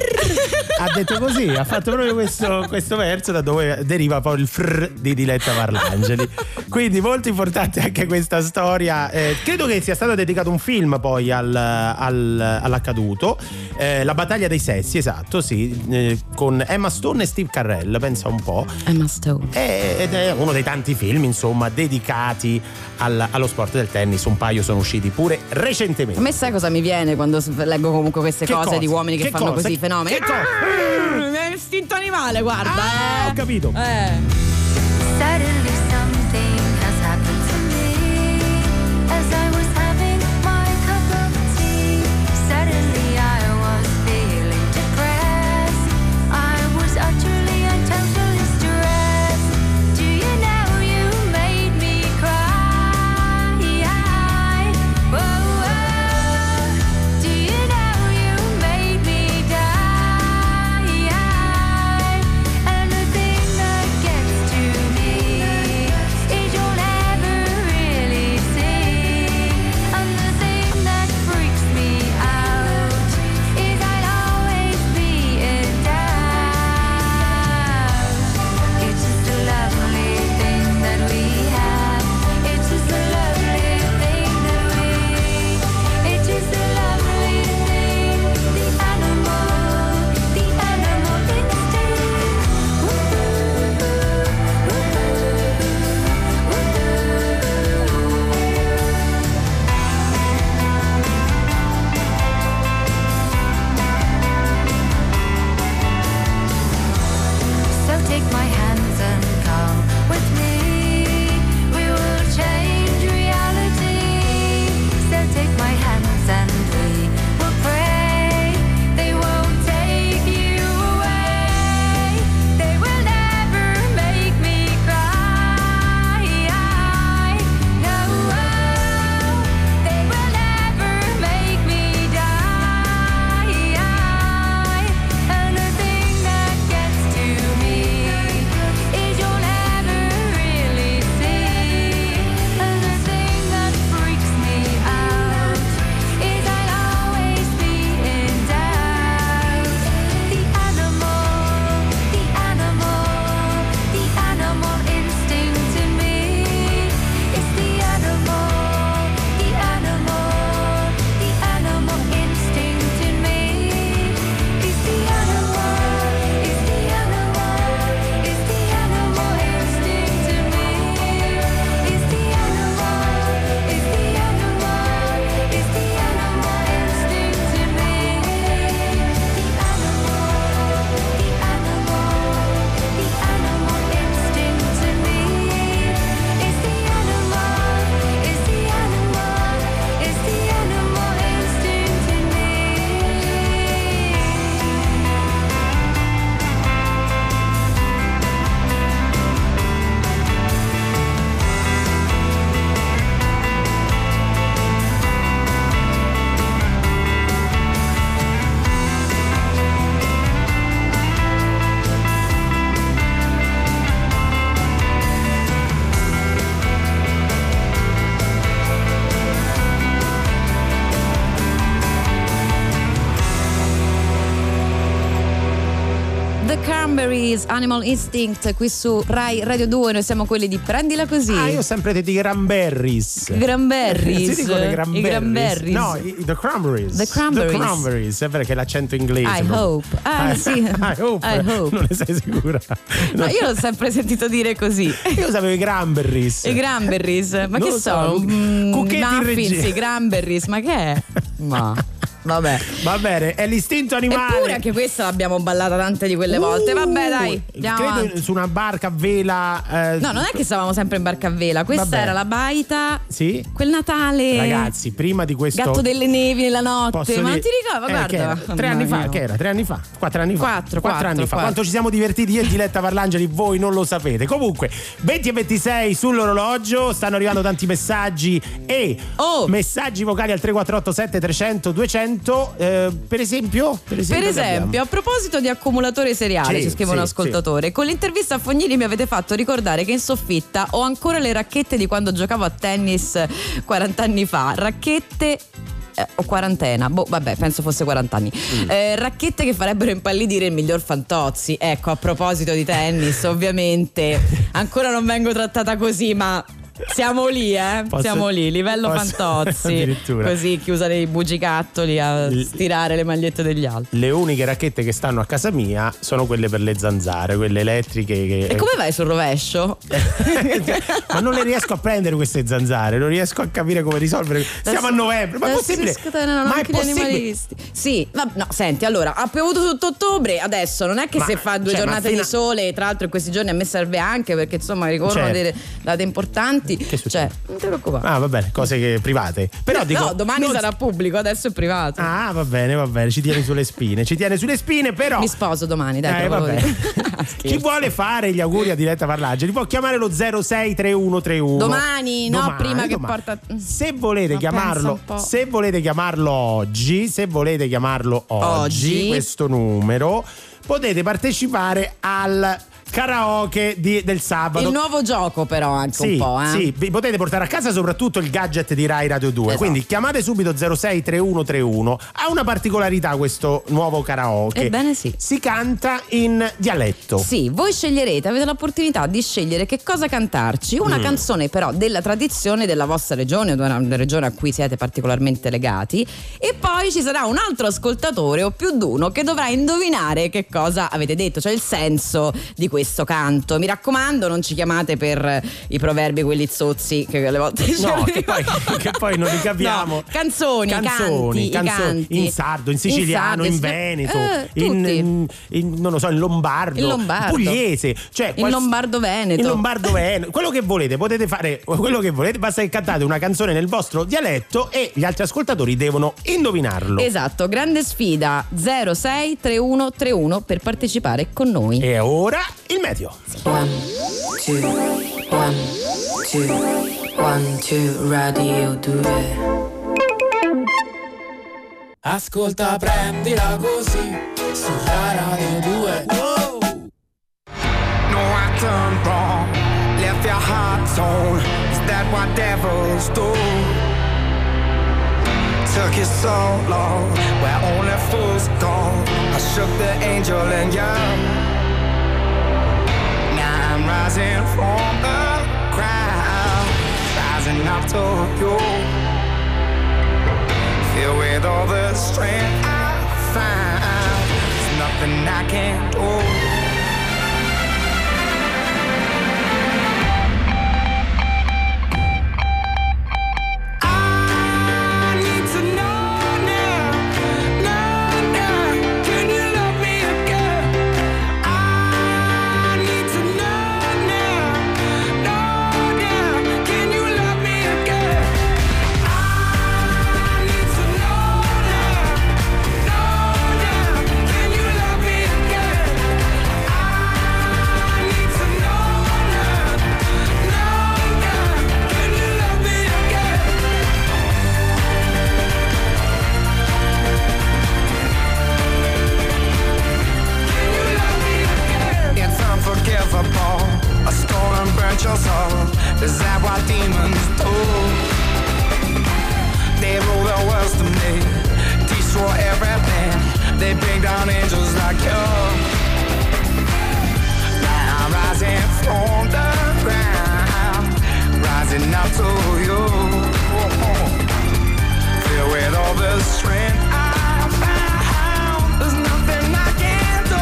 Ha detto così, ha fatto proprio questo, questo verso da dove deriva poi il frr di Diletta Parlangeli. Quindi molto importante anche questa storia. Eh, credo che sia stato dedicato un film poi al, al- all'accaduto. Eh, La battaglia dei sessi, esatto, sì, eh, con Emma Stone e Steve Carell, pensa un po'. Emma Stone. Eh, Ed è uno dei tanti film, insomma, dedicati al- allo sport del tennis. Un paio sono usciti pure A recentemente. me sai cosa mi viene quando s- leggo comunque queste Che cose cosa? di uomini che, Che fanno cosa? così i fenomeni? Che cosa? Ah, mi ha istinto animale, guarda. Ah, eh. ho capito. Eh. Suddenly something has happened to me. As I was having my cup of tea, suddenly I was feeling depressed. I was Cranberries, Animal Instinct, qui su Rai Radio due. Noi siamo quelli di Prendila Così. Ah, io ho sempre detto i Cranberries. Cranberries. Si dicono i Cranberries. I Cranberries. No, i, the Cranberries. The Cranberries. The Cranberries, è vero che è l'accento inglese. I no? hope. Ah, I, sì. I hope. I hope. Non ne sei sicura? No, io l'ho sempre sentito dire così. Io sapevo i Cranberries. I Cranberries, ma Non che lo so, sono? Mm, cucchetti in muffins, regia. i Cranberries, ma che è? Ma vabbè. Va bene, è l'istinto animale. Eppure anche questa l'abbiamo ballata tante di quelle volte. Vabbè, dai, andiamo Credo avanti. su una barca a vela. eh, No, non è che stavamo sempre in barca a vela. Questa Vabbè. era la baita. Sì. Quel Natale. Ragazzi, prima di questo Gatto delle nevi nella notte. posso Ma non dire- ti ricordi? eh, Guarda. che era? Tre No, anni fa, io- che era? Tre anni fa? Quattro anni fa? Quattro, quattro, anni fa. quattro. Quanto ci siamo divertiti io e Diletta Parlangeli, voi non lo sapete. Comunque, venti e ventisei sull'orologio, stanno arrivando tanti messaggi e Oh. messaggi vocali al tre quattro otto sette trecento duecento. Eh, per esempio? Per esempio, Per che esempio, abbiamo? a proposito di accumulatore seriale, Sì, ci scrive un sì, ascoltatore, con l'intervista a Fognini mi avete fatto ricordare che in soffitta ho ancora le racchette di quando giocavo a tennis quaranta anni fa. Racchette eh, o quarantena, boh, vabbè, penso fosse quaranta anni. Mm. Eh, racchette che farebbero impallidire il miglior Fantozzi. Ecco, a proposito di tennis, ovviamente ancora non vengo trattata così, ma siamo lì, eh? Posso- Siamo lì, livello posso- Fantozzi. addirittura. Così chiusa nei bugigattoli a L- stirare le magliette degli altri. Le uniche racchette che stanno a casa mia sono quelle per le zanzare, quelle elettriche che... E come vai sul rovescio? Ma non le riesco a prendere queste zanzare, non riesco a capire come risolvere. Siamo a novembre, ma è Adesso possibile? si scatenano Ma è anche gli possibile? animalisti. Sì, ma no, senti, allora, ha piovuto tutto ottobre, adesso non è che Ma, se fa due cioè, giornate ma fino di a- sole, tra l'altro in questi giorni a me serve anche perché insomma ricorrono Certo. delle date importanti. Che succede? Cioè, non ti preoccupare. Ah, va bene, cose che- private. Però dico, no, domani non- sarà pubblico, adesso è privato. Ah, va bene, va bene, ci tieni sulle spine, ci tiene sulle spine, però. Mi sposo domani, dai, Eh, te lo vabbè. volevo dire. Scherzo. Chi vuole fare gli auguri a Diletta Parlangeli può chiamare lo zero sei tre uno tre uno. Domani, no, prima che domani. porta- Se volete Ma pensa chiamarlo, un po'. se volete chiamarlo oggi, se volete chiamarlo oggi, Oggi. questo numero, potete partecipare al karaoke di- del sabato. Il nuovo gioco però anche Sì, un po', eh. sì, vi potete portare a casa soprattutto il gadget di Rai Radio due. Esatto. Quindi chiamate subito zero sei tre uno tre uno. Ha una particolarità questo nuovo karaoke. Ebbene sì. Si canta in dialetto. Sì, voi sceglierete, avete l'opportunità di scegliere che cosa cantarci, una Mm. canzone però della tradizione della vostra regione o di una regione a cui siete particolarmente legati, e poi ci sarà un altro ascoltatore o più d'uno che dovrà indovinare che cosa avete detto, cioè il senso di questo canto. Mi raccomando, non ci chiamate per i proverbi quelli zozzi che alle volte No, che poi, che poi non li capiamo. No, canzoni, canzoni, canti, i canzoni, canti. in sardo, in siciliano, In in, sardo, in- veneto, eh, in, tutti. in- in- non lo so, in lombardo, In lombardo. pugliese, cioè In quals- lombardo-veneto. in lombardo veneto, quello che volete, potete fare quello che volete, basta che cantate una canzone nel vostro dialetto e gli altri ascoltatori devono indovinarlo. Esatto, grande sfida zero sei tre uno tre uno per partecipare con noi. E ora il meteo. One, two, one, two, one, two, Radio due. Ascolta, prendila così su Rai Radio due. No, I turned wrong, left your heart torn. Is that what devils do? Took you so long, where only fools go. I shook the angel in you. Now I'm rising from the ground, rising up to you. Filled with all the strength I found, there's nothing I can't do. A stolen burnt your soul. Is that what demons do? They rule the world to me, destroy everything. They bring down angels like you. on the ground, rising up to you. Filled with all the strength I found, there's nothing I can't do.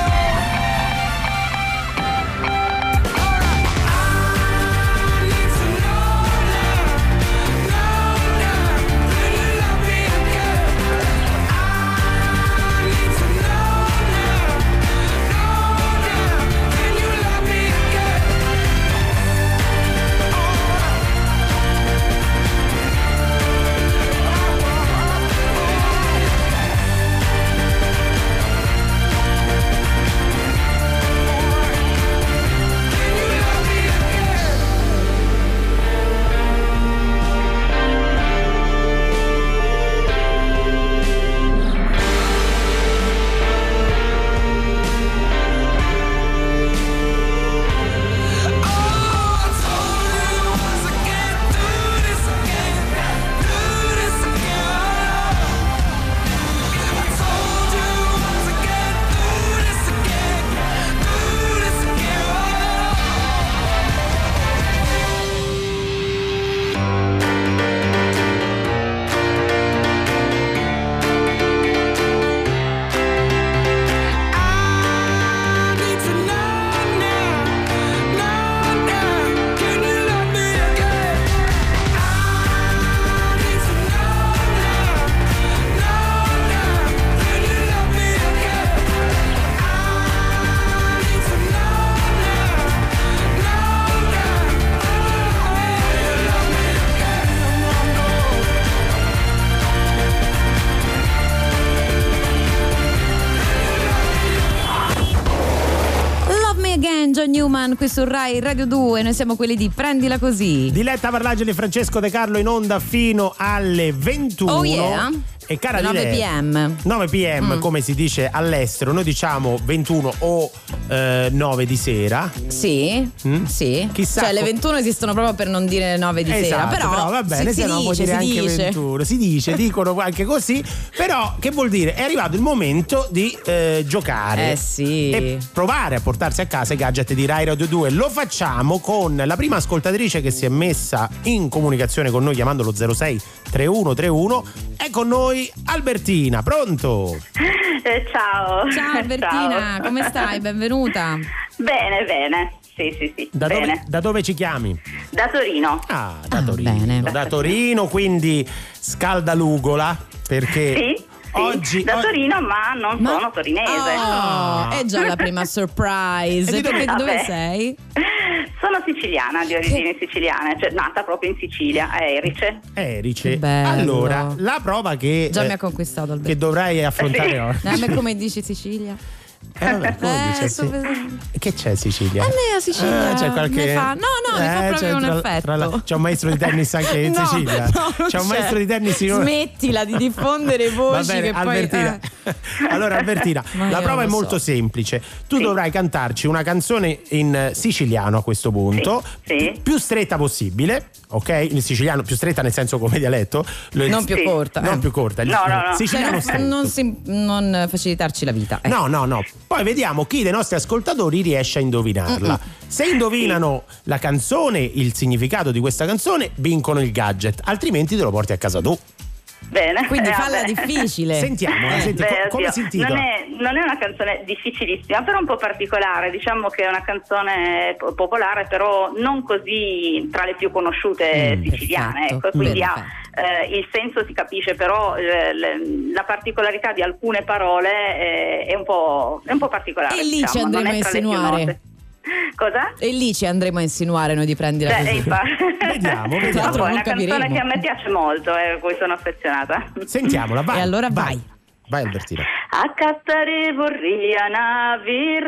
John Newman qui su Rai Radio due, noi siamo quelli di Prendila Così. Diletta Parlageli e Francesco De Carlo in onda fino alle ventuno. Oh yeah. E cara nove Diletta, p m nove p m mm. come si dice all'estero, noi diciamo ventuno o eh, nove di sera. Sì, mm? sì. Chissà, cioè le ventuno esistono proprio per non dire nove di esatto, sera, però, però va bene, si, se si no dice, può dire si anche dice. ventuno, si dice, dicono anche così, però che vuol dire? È arrivato il momento di eh, giocare. Eh sì. E provare a portarsi a casa i gadget di Rai Radio due. Lo facciamo con la prima ascoltatrice che si è messa in comunicazione con noi chiamando lo zero sei trentuno trentuno. È con noi Albertina, pronto? Eh, ciao. Ciao Albertina, ciao. Come stai? Benvenuta. Bene, bene. Sì, sì, sì. Da bene. dove, da dove ci chiami? Da Torino. Ah, da Ah, Torino. bene. Da Torino, quindi scaldalugola, perché Sì. oggi da o- Torino, ma non Ma- sono torinese. Oh, è già la prima surprise. E di dove- Perché dove Vabbè. sei? Sono siciliana, di origini siciliane, cioè nata proprio in Sicilia, a Erice. Erice. Che bello. Allora, la prova che Già eh, mi ha conquistato Alberto. che dovrai affrontare Sì. oggi. A me come dici Sicilia? Eh, vabbè, come Eh, dice, sto sì. vedendo. Che c'è Sicilia? A me a Sicilia Ah, c'è qualche... mi fa- no, no, mi fa Eh, proprio c'è un tra- effetto. tra la- C'è un maestro di tennis anche in No, Sicilia. no, non c'è un c'è. maestro di tennis in... Smettila di diffondere voci. Va bene, che Albertina. poi eh. Allora, Albertina, Ma la io prova è non lo molto so. semplice. Tu Sì. dovrai cantarci una canzone in siciliano a questo punto, Sì, sì. più stretta possibile, ok? Il siciliano più stretta nel senso come dialetto. Lo- Non più Sì. corta. Non eh. più corta. il No, no, no. Siciliano Cioè, stretto. non, non, si- non facilitarci la vita. eh. No, no, no. Poi vediamo chi dei nostri ascoltatori riesce a indovinarla. Se indovinano la canzone, il significato di questa canzone, vincono il gadget, altrimenti te lo porti a casa tu. Bene. Quindi eh, falla vabbè. difficile. Sentiamo, Eh. senti, Beh, co- come oddio, si intitola? Non è, non è una canzone difficilissima, però un po' particolare. Diciamo che è una canzone po- popolare, però non così tra le più conosciute Mm, siciliane. perfetto, Ecco, quindi ha, perfetto. eh, il senso si capisce, però eh, le- la particolarità di alcune parole eh, è, un po', è un po' particolare. E lì diciamo, ci andremo non è a tra le più insinuare. note. Cosa? E lì ci andremo a insinuare noi di Prendila Beh, Così. infatti. Vediamo, Tra vediamo. l'altro Poi è non una canzone capiremo. che a me piace molto, eh, a cui sono affezionata. Sentiamola, vai. E allora vai. Vai, vai Albertina. A cattare vorria una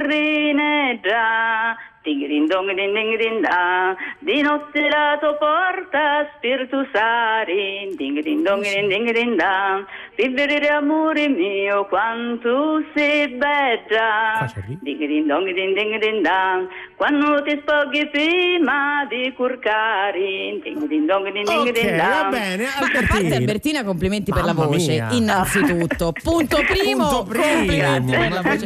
virrineggia, tigrin dong din ding din da, di notte la tua porta spiritu sari, ding din dong din ding din da, vivere amore mio quanto sei bella, Faccia ri- ding din dong din ding din da, quando ti spoghi prima di curcare, ding din dong din ding Ok, din da. va bene, A parte Albertina. Albertina, complimenti per la Mamma voce, mia. innanzitutto. Punto primo, Punto primo. complimenti per la voce. Bellissimo.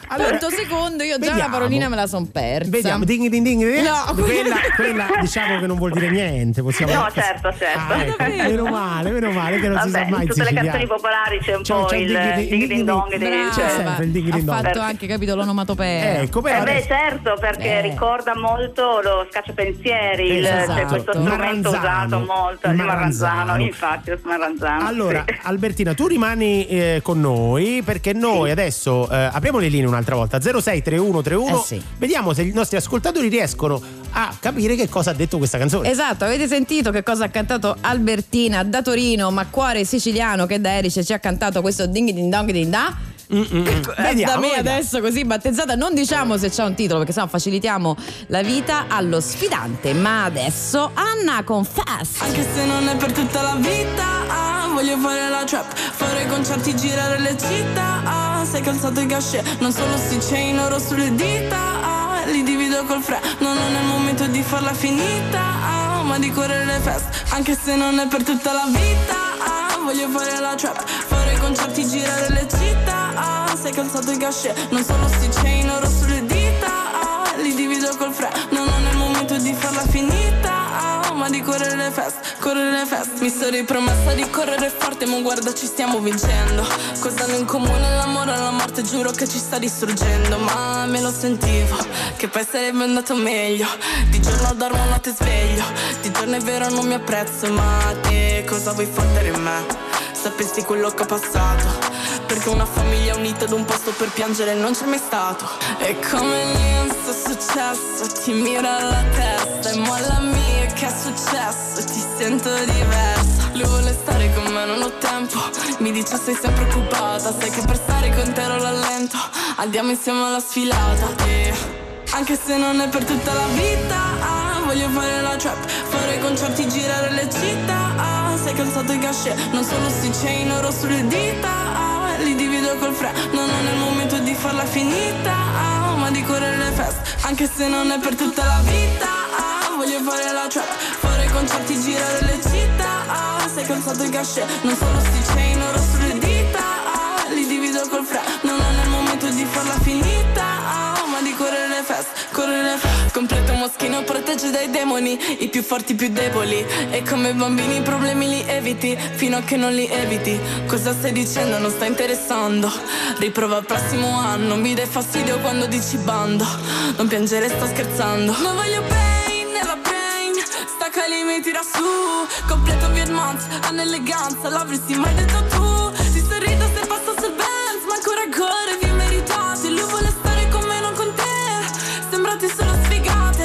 Allora, punto secondo, io già vediamo. una parolina me la son persa. Vediamo, ding ding ding, ding. No, quella, quella diciamo che non vuol dire niente. Possiamo... No, certo, certo. Ah, ecco, meno male, meno male che non Vabbè, si sa mai in tutte le siciliano. canzoni popolari c'è un C'è- po' c'è il ding ding ding ding dong. Brava, c'è sempre il ding ding ha dong. fatto anche, capito, l'onomatopea. Ecco, però Eh beh, adesso- certo, perché Eh. ricorda molto lo scacciapensieri, il, Esatto. c'è questo strumento Marranzano. usato molto, Il il marranzano, marranzano. infatti, lo smarranzano. Allora, sì. Albertina, tu rimani eh, con noi perché noi adesso eh, apriamo le linee un'altra volta. zero sei tre uno tre uno. Eh sì. Vediamo se i nostri ascoltatori riescono a capire che cosa ha detto questa canzone. Esatto, avete sentito che cosa ha cantato Albertina da Torino, ma cuore siciliano che da Erice ci ha cantato questo ding ding dong ding da. Mm-mm. Eh, Vediamo, da me vediamo. adesso così battezzata, non diciamo se c'è un titolo perché sennò facilitiamo la vita allo sfidante, ma adesso Anna con Fast. Anche se non è per tutta la vita, ah, voglio fare la trap, fare concerti, girare le città, ah, sei calzato i cachet, non solo sti chain oro sulle dita, ah, li divido col fre, no, non è il momento di farla finita, ah, ma di correre le fest, anche se non è per tutta la vita, ah, voglio fare la trap, fare concerti, girare le città, ah, sei calzato i cachet, non solo sti chain oro sulle dita, ah, li divido col fre, no, non è il momento di farla finita, ah, ma di correre le fest, correre le fest. Mi sono ripromessa di correre forte, ma guarda ci stiamo vincendo. Cosa hanno in comune l'amore e la morte, giuro che ci sta distruggendo. Ma me lo sentivo, che poi sarebbe andato meglio. Di giorno dormo, notte sveglio. Di giorno è vero non mi apprezzo, ma te cosa vuoi fottere in me? Sapessi quello che ho passato, perché una famiglia unita ad un posto per piangere non c'è mai stato. E come niente è successo, ti miro alla testa e mollami, che è successo, ti sento diversa. Lui vuole stare con me, non ho tempo, mi dice sei sempre occupata, sai che per stare con te ero l'allento, andiamo insieme alla sfilata. E anche se non è per tutta la vita, ah, voglio fare la trap, fare concerti, girare le città, ah, sei calzato i cachet, non solo sti chain oro sulle dita, ah, li divido col fre, no, non è il momento di farla finita, ah, ma di correre le fest, anche se non è per tutta la vita, ah, voglio fare la trap, fare concerti, girare le città, ah, sei calzato i cachet, non solo sti chain oro sulle dita, ah, li divido col fre, no, non è il momento di farla finita, ah, ma di correre le fest, correre le fest. Completo moschino, protegge dai demoni, i più forti, i più deboli, e come bambini i problemi li eviti, fino a che non li eviti. Cosa stai dicendo? Non sta interessando. Riprova il prossimo anno, mi dai fastidio quando dici bando. Non piangere, sto scherzando. Non voglio pain nella brain, stacca lì, mi tira su. Completo Vietnam, hanno eleganza, l'avresti mai detto tu. Ti sorrido se passasse il Benz, ma ancora ancora vi meritate. Lui vuole stare con me, non con te. Sembrate solo sfigate,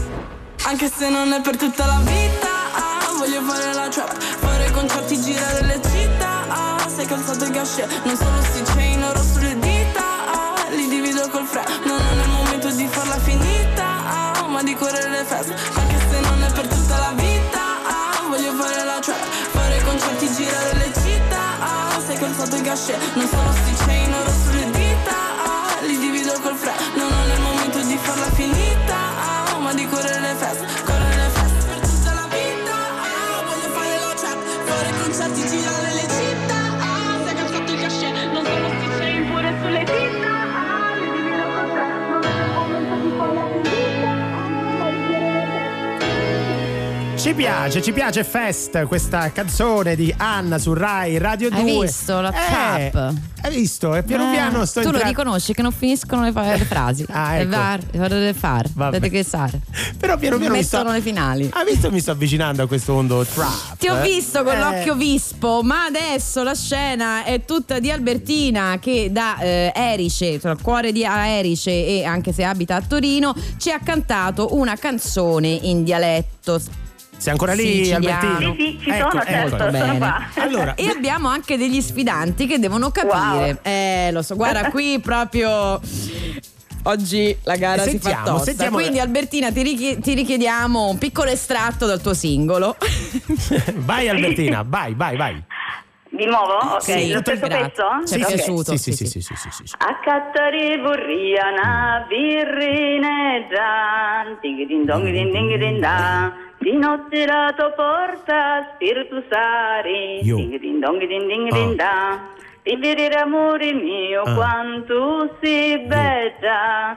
anche se non è per tutta la vita, ah, voglio fare la trap, fare concerti, girare le città, ah, sei calzato i cachet, non solo sti chain oro sulle dita, ah, li divido col fre, no, non è il momento di farla finita, ah, ma di correre le fest, anche se non è per tutta la vita, ah, voglio fare la trap, fare concerti, girare le città, ah, sei calzato i cachet, non solo sti chain oro sulle dita, ah, li divido col fre, no, non è il momento di farla finita, ah, ma di correre le fest, correre le fest per tutta la vita, ah, voglio fare la trap, fare concerti, girare le città, ah, sei calzato il cachet, non sono sti chain pure sulle dita, ah, li divido col fre, non è il momento di farla finita, ah, ma di correre le fest. Ci piace, ci piace Fest, questa canzone di Anna su Rai Radio Hai due. visto la Eh, trap? Hai visto? E piano Eh, piano sto tu lo entrando. riconosci che non finiscono le, fa- le frasi. Ah, E ecco. var, deve far, Vabbè. vede che sare. Però piano piano mi sto. Mettono le finali. Hai visto mi sto avvicinando a questo mondo trap? Ti ho eh? visto con Eh. l'occhio vispo, ma adesso la scena è tutta di Albertina che da eh, Erice, tra il cuore di Erice e anche se abita a Torino, ci ha cantato una canzone in dialetto. Sei ancora lì, siciliano. Albertino? Sì, sì, ci Ecco, sono, ecco. certo, sono bene. qua. Allora, E abbiamo anche degli sfidanti che devono capire. Eh, lo so, guarda, qui proprio oggi la gara si fa Sentiamo, tosta. sentiamo. Quindi Albertina ti, richie- ti richiediamo un piccolo estratto dal tuo singolo. vai Albertina, vai, vai, vai. Di nuovo? Ok, Sì, lo tutto stesso grazie. pezzo? Ci è Sì, sì, piaciuto? Sì, sì, Sì, sì, sì. sì, sì, sì, sì. A cattare vorria una birrinetta, ding dong ding ding ding da. Di notte la tua porta, spirito sari, Io. ding ding dong ding ding ding da. Vivere amore mio, Ah. quanto sei bella.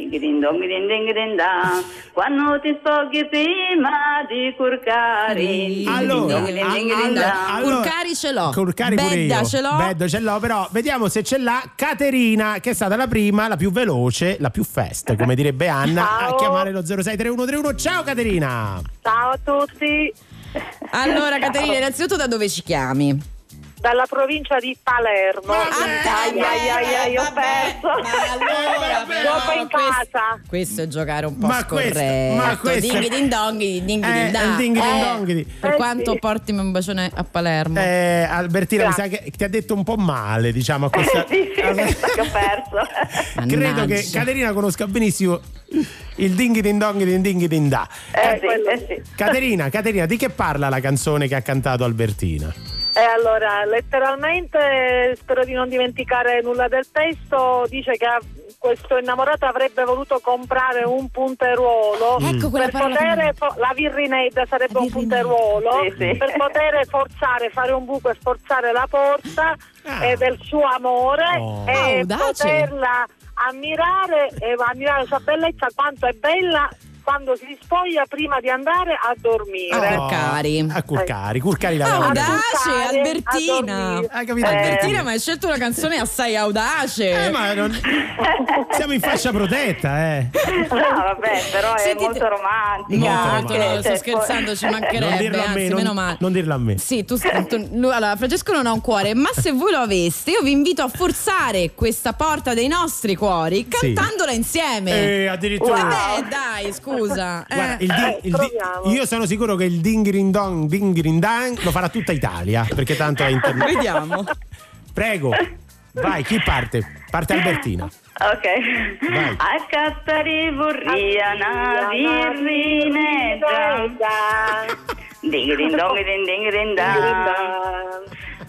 Ding-ding-dong-ding-ding-ding-da. Quando ti spogli prima di curcare. Allora, Ding-ding-ding-ding-da. allora- Curcari ce l'ho. Curcari pure Bedda io. ce l'ho. Bedda ce l'ho, però vediamo se ce l'ha Caterina, che è stata la prima, la più veloce, la più fest, come direbbe Anna, Ciao. a chiamare lo zero sei tre uno tre uno. Ciao Caterina! Ciao a tutti. Allora Caterina, innanzitutto da dove ci chiami? Dalla provincia di Palermo. Vabbè, ai ai ai ai, ho perso. allora, Gioco in casa. Questo è giocare un po' Ma scorretto. questo- ma questo- Dinghi din donghi, dinghi Eh, din da. il dinghi din Eh, donghi. Per Eh, quanto sì. portimi un bacione a Palermo. Eh, Albertina, mi sa Grazie. che ti ha detto un po' male, diciamo, a questa... Sì, sì, penso che ho perso. Credo Mannaggia. che Caterina conosca benissimo il dinghi din donghi din dinghi din da. Eh, sì, eh sì. Caterina, Caterina, di che parla la canzone che ha cantato Albertina? E allora, letteralmente, spero di non dimenticare nulla del testo, dice che questo innamorato avrebbe voluto comprare un punteruolo Ecco quella per parola che poter non- fo- la virrinetta sarebbe La un virrinetta. punteruolo Sì, sì. per poter forzare, fare un buco e forzare la porta Ah. eh, del suo amore Oh. e Audace. poterla ammirare e ammirare la sua bellezza, quanto è bella quando si spoglia prima di andare a dormire. Ah, Curcari. A Curcari, Curcari la Audace, Curcari, Albertina. a dormire. Hai capito? Eh, Albertina, ma hai scelto una canzone assai audace. Eh, ma non- siamo in fascia protetta, eh. No, vabbè, però è Senti, molto te- romantica. Molto Molto, anche, no, sto cioè, scherzando, ci Non mancherebbe, dirlo a me, anzi, non, meno male. non dirlo a me. Sì, tu, tu- lui- allora, Francesco non ha un cuore, ma se voi lo aveste, io vi invito a forzare questa porta dei nostri cuori Sì. cantandola insieme. Eh, addirittura. Vabbè, dai, scusa. Guarda, Eh. il di- Eh, il di- proviamo. io sono sicuro che il dingirindong dingirindang lo farà tutta Italia, perché tanto è internet. Vediamo. Prego, vai, chi parte? Parte Albertina. Ok. Vai. A cattare vorria una virrinetta. Ding-ding-dong, ding-ding-ding-dang.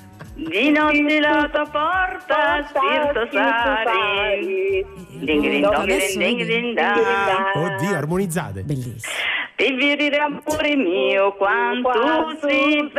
Di notte la tua porta, spirito sari. Ding-ding-dong, ding-ding-ding-dang. Oddio, armonizzate. Bellissimo. Vivere amore mio, quanto sei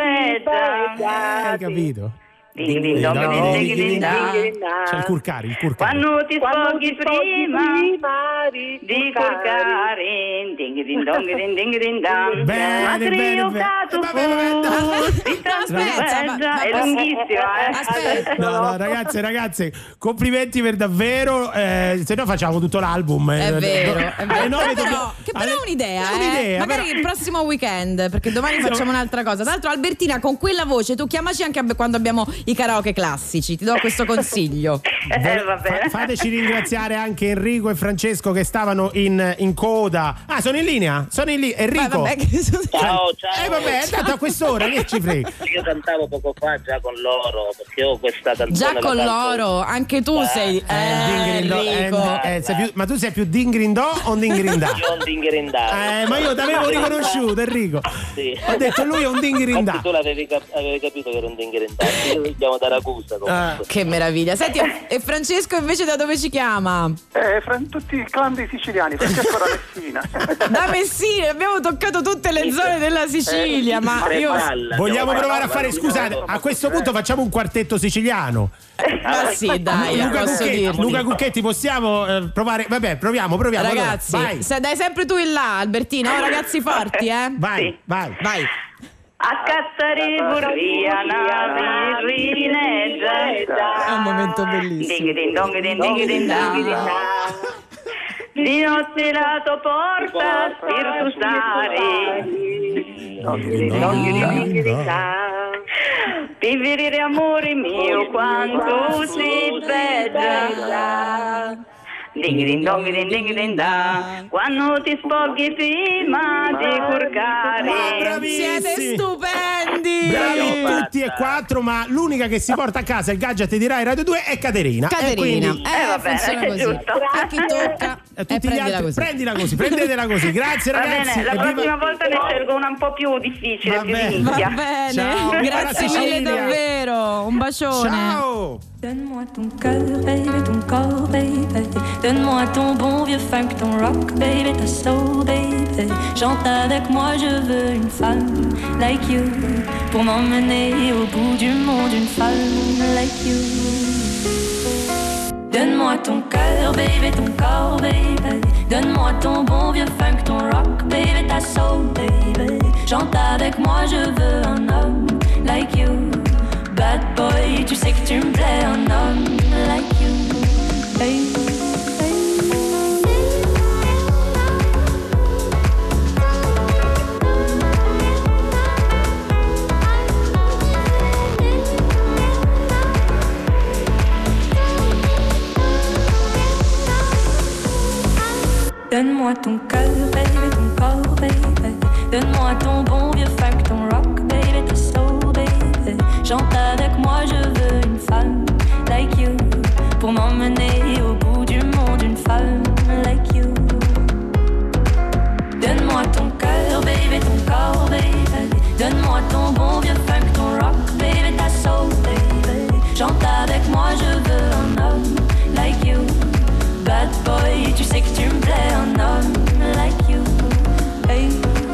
bella. Hai capito? Ding-ding-dong, ding-ding-ding-dang. C'è il Curcari, il Curcari. Quando ti Quando sfoghi ti sfoghi prima prima di di curcare. curcare, ding ding dong ding ding ding dong. Bene, Ma bene, trio bene. cato Vabbè, vabbè, fu, di Aspetta, tranquilla, ma- ma- è ma- lunghissimo, eh. Aspetta. No, no, ragazze, ragazze, complimenti per davvero. Eh, se no facciamo tutto l'album. eh. È vero, è Alle vero. nove Che però, dobbiamo- che però alle- è un'idea, è un'idea, eh. Magari però- il prossimo weekend, perché domani facciamo un'altra cosa. Tra l'altro, Albertina, con quella voce tu chiamaci anche ab- quando abbiamo i karaoke classici. Ti do questo consiglio. Eh, va bene. Fa- fateci ringraziare anche Enrico e Francesco che stavano in, in coda. Ah, sono in linea? Sono in linea. Enrico. Ma vabbè, che sono- Ciao, ciao. Eh vabbè, è tanto a quest'ora, che ci frega. Io cantavo poco fa già con loro, perché ho questa canzone. Già la con canto- loro, anche tu Eh, sei Eh, eh, dingrindo- Enrico. eh, eh, sei più- ma tu sei più dingrindò o dingrindà? Io un dingherindà. Eh, ma io t'avevo riconosciuto, Enrico. Sì. Ho detto lui è un dingrindà. Anche tu l'avevi cap- avevi capito che era un dingherindà. Io chiamo da Ragusa comunque. Ah. Che meraviglia. Senti, e Francesco invece da dove ci chiama? Eh, fra tutti i clan dei siciliani, Francesco da Messina. Da Messina, abbiamo toccato tutte le zone della Sicilia, ma io... Vogliamo provare a fare, scusate, a questo punto facciamo un quartetto siciliano. Ma sì, dai, Luca posso Cucchetti, dirlo. Luca Cucchetti, possiamo eh, provare? Vabbè, proviamo, proviamo. allora, Ragazzi, vai. se dai sempre tu in là, Albertino, oh, ragazzi forti, eh? Vai, vai, vai. A cattare vorria una virrinetta. È un momento bellissimo. Ding ding dong ding ding ding dong. Di notte la tua porta, spirito sari. Vivere amore mio, quanto sei bella. Ding ding dong ding ding ding da. Quando ti spogli prima di curcare. Siete stupendi! Bravi tutti e quattro, ma l'unica che si porta a casa il gadget di Rai Radio due è Caterina. Caterina, E quindi eh, va bene, funziona è così. giusto. A chi tocca E tutti Eh, gli prendila altri, così. prendila così, prendetela così. Grazie Va ragazzi. bene, la e viva- prossima volta ne scelgo una un po' più difficile, Va più bene. di Va nicchia. bene, Ciao, buona grazie mille Sicilia. davvero. Un bacione. Ciao. Donne-moi ton cœur, baby, ton corps, baby. Donne-moi ton bon vieux funk, ton rock, baby, ta soul, baby. Chante avec moi, je veux une femme like you. Pour m'emmener au bout du monde, une femme like you. Donne-moi ton cœur, baby, ton corps, baby. Donne-moi ton bon vieux funk, ton rock, baby, ta soul, baby. Chante avec moi, je veux un homme like you. Bad boy, tu sais que tu me plais, un homme like you. Hey. Donne-moi ton cœur, baby, ton corps, baby. Donne-moi ton bon vieux funk, ton rock, baby, ta soul, baby. Chante avec moi, je veux une femme like you. Pour m'emmener au bout du monde, une femme like you. Donne-moi ton cœur, baby, ton corps, baby. Donne-moi ton bon vieux funk, ton rock, baby, ta soul, baby. Chante avec moi, je veux un homme like you. Bad boy, tu sais que tu me plais, un homme like you. Hey.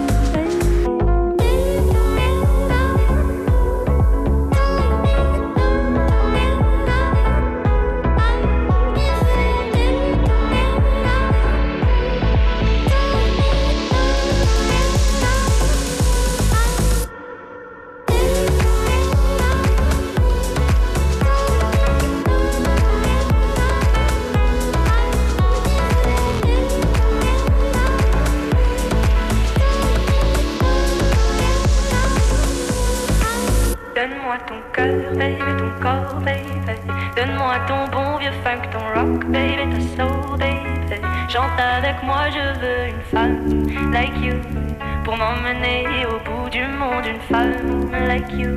Donne-moi ton cœur, baby, ton corps, baby. Donne-moi ton bon vieux funk, ton rock, baby, ta soul, baby. Chante avec moi, je veux une femme like you. Pour m'emmener au bout du monde, une femme like you.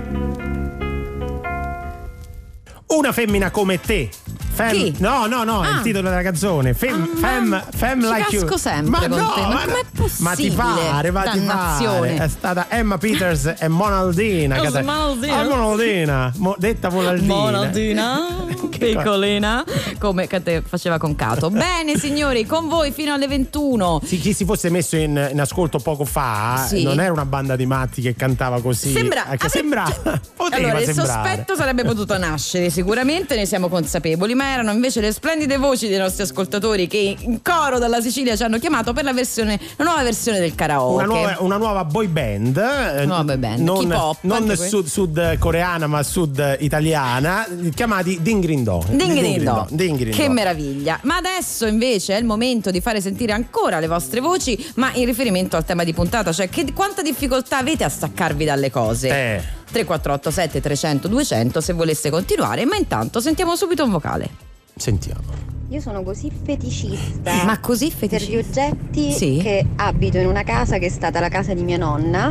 Una femmina come te. Fem, Chi? No, no, no, è Ah. il titolo della canzone. Fem, Ah, fem, ma fem ci like you. casco sempre ma con no, te, ma ma, com'è ma ti possibile? pare, ma ti pare. Dannazione. È stata Emma Peters e Monaldina. Cosa, Cata- Monaldina? Ah, Monaldina, mo- detta Monaldina. Monaldina, Che piccolina, come Cate faceva con Cato. Bene signori, con voi fino alle ventuno. Sì, chi si fosse messo in, in ascolto poco fa, Sì. non era una banda di matti che cantava così. Sembra- Eh, che ave- sembrava. Poteva Allora, il sembrare. sospetto sarebbe potuto nascere, sicuramente ne siamo consapevoli, ma erano invece le splendide voci dei nostri ascoltatori che in coro dalla Sicilia ci hanno chiamato per la versione, la nuova versione del karaoke. Una nuova, una nuova boy band, eh, Nuova boy band, non, K-pop, non anche que- sud, sud coreana ma sud italiana, chiamati Dingrindo. Ding ding dong. Dingrindo. Che meraviglia. Ma adesso invece è il momento di fare sentire ancora le vostre voci, ma in riferimento al tema di puntata, cioè che, quanta difficoltà avete a staccarvi dalle cose. Eh. tre quattro otto sette trecento duecento se volesse continuare, ma intanto sentiamo subito un vocale. Sentiamo. Io sono così feticista Ma così per feticista? gli oggetti Sì. che abito in una casa che è stata la casa di mia nonna.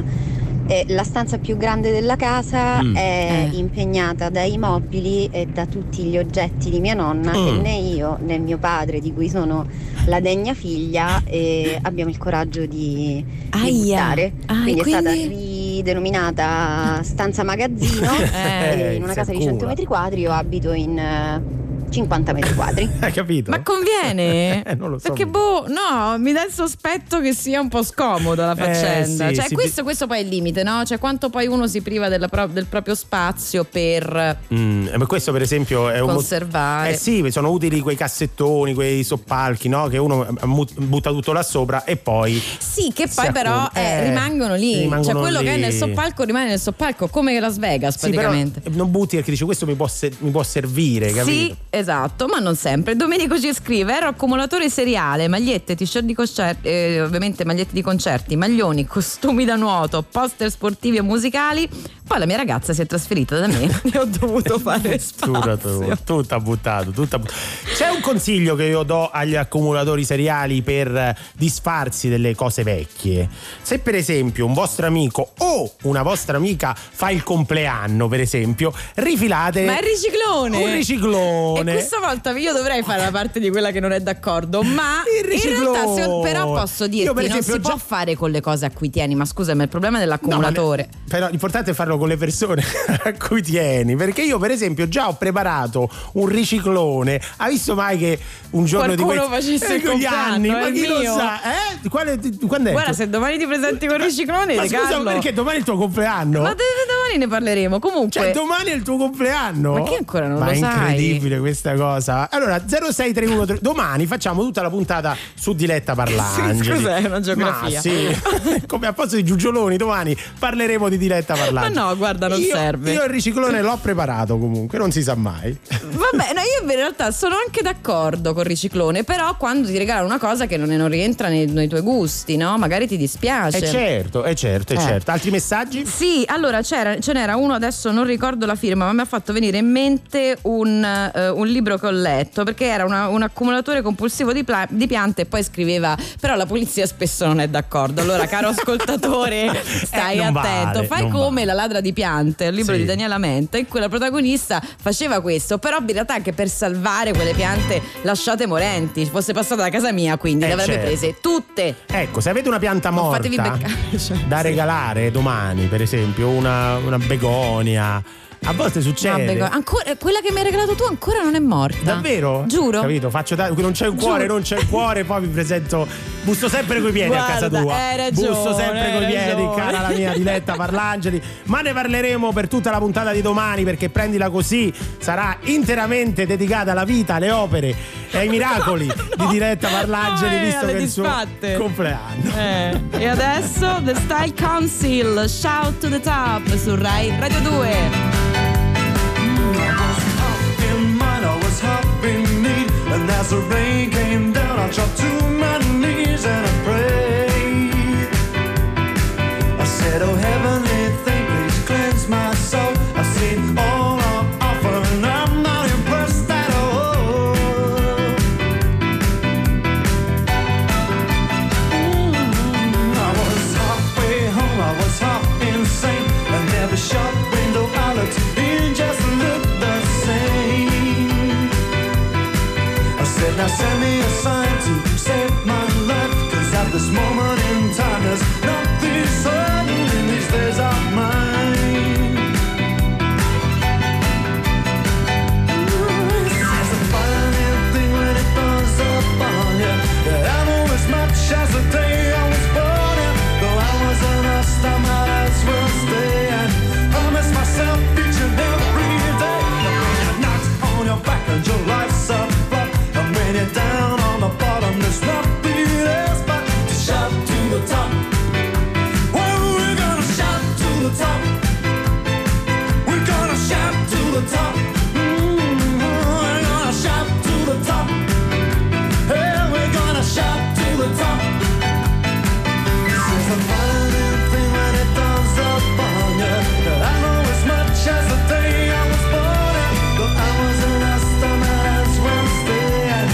E la stanza più grande della casa Mm. è Eh. impegnata dai mobili e da tutti gli oggetti di mia nonna Mm. che né io né mio padre, di cui sono la degna figlia, eh, abbiamo il coraggio di, di Aia. buttare. Ah, quindi, e è stata quindi- ridenominata stanza magazzino. Eh, Quindi in una casa di cento sicura. metri quadri io abito in eh, cinquanta metri quadri. Hai capito? Ma conviene? Eh, non lo so. Perché boh, no, mi dà il sospetto che sia un po' scomoda la faccenda. sì, cioè, sì, questo, questo poi è il limite, no? Cioè, quanto poi uno si priva della pro- del proprio spazio per Mm, eh, ma questo per esempio è un conservare. Eh sì, sono utili quei cassettoni, quei soppalchi, no? Che uno eh, mu- butta tutto là sopra e poi Sì, che si poi però accumula. eh, Eh, rimangono lì. rimangono cioè, quello lì. che è nel soppalco rimane nel soppalco, come Las Vegas Sì, però praticamente. non butti perché dici questo mi può, ser- mi può servire, capito? Sì, esatto, ma non sempre. Domenico ci scrive: ero accumulatore seriale, magliette, t-shirt di concerti, eh, ovviamente magliette di concerti, maglioni, costumi da nuoto, poster sportivi e musicali. Poi la mia ragazza si è trasferita da me e ho dovuto fare spazio. Tutto, tutto buttato, tutto buttato. C'è un consiglio che io do agli accumulatori seriali per disfarsi delle cose vecchie. Se per esempio un vostro amico o una vostra amica fa il compleanno, per esempio, rifilate ma è riciclone un riciclone. E questa volta io dovrei fare la parte di quella che non è d'accordo, ma il riciclone. In realtà se, però posso dirti, per non esempio, si già... può fare con le cose a cui tieni. Ma scusami, il problema è dell'accumulatore. No, ne... però l'importante è farlo con le persone a cui tieni, perché io per esempio già ho preparato un riciclone. Hai visto mai che un giorno qualcuno di questi facesse il quegli compleanno, anni, ma è chi mio. lo sa, eh? Quale, quando è? Guarda, se domani ti presenti col riciclone, ma regalo. scusa, perché domani è il tuo compleanno? Ma domani ne parleremo. Comunque, cioè domani è il tuo compleanno? Ma che ancora non ma lo sai? Ma è incredibile questa cosa. Allora zero sei tre uno tre domani facciamo tutta la puntata su Diletta Parlangeli. Sì, cos'è una geografia? Ma sì. Come a posto di Giugioloni, domani parleremo di Diletta Parlangeli. Ma no, guarda, non io, serve. Io il riciclone l'ho preparato comunque, non si sa mai. Vabbè, no, io in realtà sono anche d'accordo col riciclone, però quando ti regala una cosa che non, non rientra nei, nei tuoi gusti, no? Magari ti dispiace. Eh certo, è certo, è eh. certo. Altri messaggi? Sì, allora c'era, ce n'era uno, adesso non ricordo la firma, ma mi ha fatto venire in mente un, uh, un libro che ho letto, perché era una, un accumulatore compulsivo di, pla- di piante, e poi scriveva: però la polizia spesso non è d'accordo. Allora, caro ascoltatore, stai eh, attento, vale, fai come vale. La ladra di piante, il libro sì. di Daniela Menta, in cui la protagonista faceva questo, però in realtà anche per salvare quelle piante lasciate morenti. Fosse passata da casa mia, quindi eh, le avrebbe certo. prese tutte. Ecco, se avete una pianta non morta fatevi beccare, cioè, da sì. regalare domani, per esempio una, una begonia, a volte succede. Bego- ancora, quella che mi hai regalato tu ancora non è morta. Davvero? Giuro. Capito? Faccio da- non c'è il cuore, Giuro. non c'è il cuore, poi vi presento. Busso sempre coi piedi. Guarda, a casa tua. hai ragione, Busso sempre coi hai piedi, ragione. cara la mia Diletta Parlangeli. Ma ne parleremo per tutta la puntata di domani, perché Prendila Così sarà interamente dedicata alla vita, alle opere e ai miracoli no, no. di Diletta Parlangeli, no, eh, visto che è il suo disfatte. compleanno. Eh. E adesso The Style Council, Shout to the Top su Rai Radio due. And as the rain came down, I dropped to my knees and I prayed. I said, oh heavenly thing, please cleanse my soul. I've seen all on offer and I'm not impressed at all. Mm-hmm. I was halfway home, I was half insane, and every shop window I looked in just looked the same. Now send me a sign to save my life, cause at this moment in time there's nothing certain in these days of mine. It's a funny thing when it burns up on you, that I know as much as the day I was born in. Though I wasn't asked, I might as well stay and promise myself each and every day that when you're knocked on your back and your life's up, when you're down on the bottom, there's nothing else but to shout to the top. Well, we're gonna shout to the top. We're gonna shout to the top. Mm-hmm. We're gonna shout to the top. Hey, we're gonna shout to the top. This is a funny thing when it dawns upon you, that I know as much as the day I was born in. Though I wasn't asked, I might as well stay.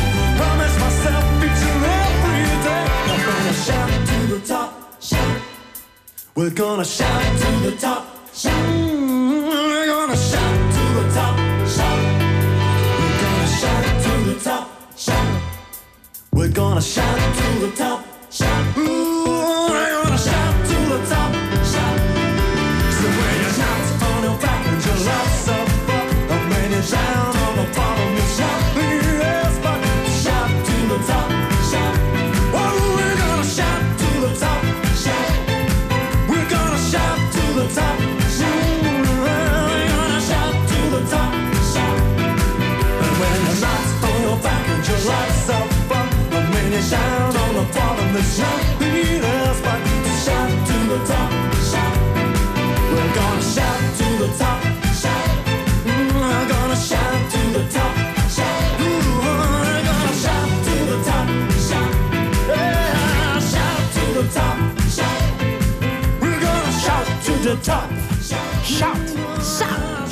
Shout to the top, shout. We're gonna shout to the top, shout. Mm, we're gonna shout to the top, shout. We're gonna shout to the top, shout. We're gonna shout to the top, shout. Ooh, we're gonna shout to the top, shout. So when you're knocked on your back and your life's up, and when you're down on the bottom, you shout. Yes, but shout to the top, shout. Shout to the top, shout. We're gonna shout to the top, shout.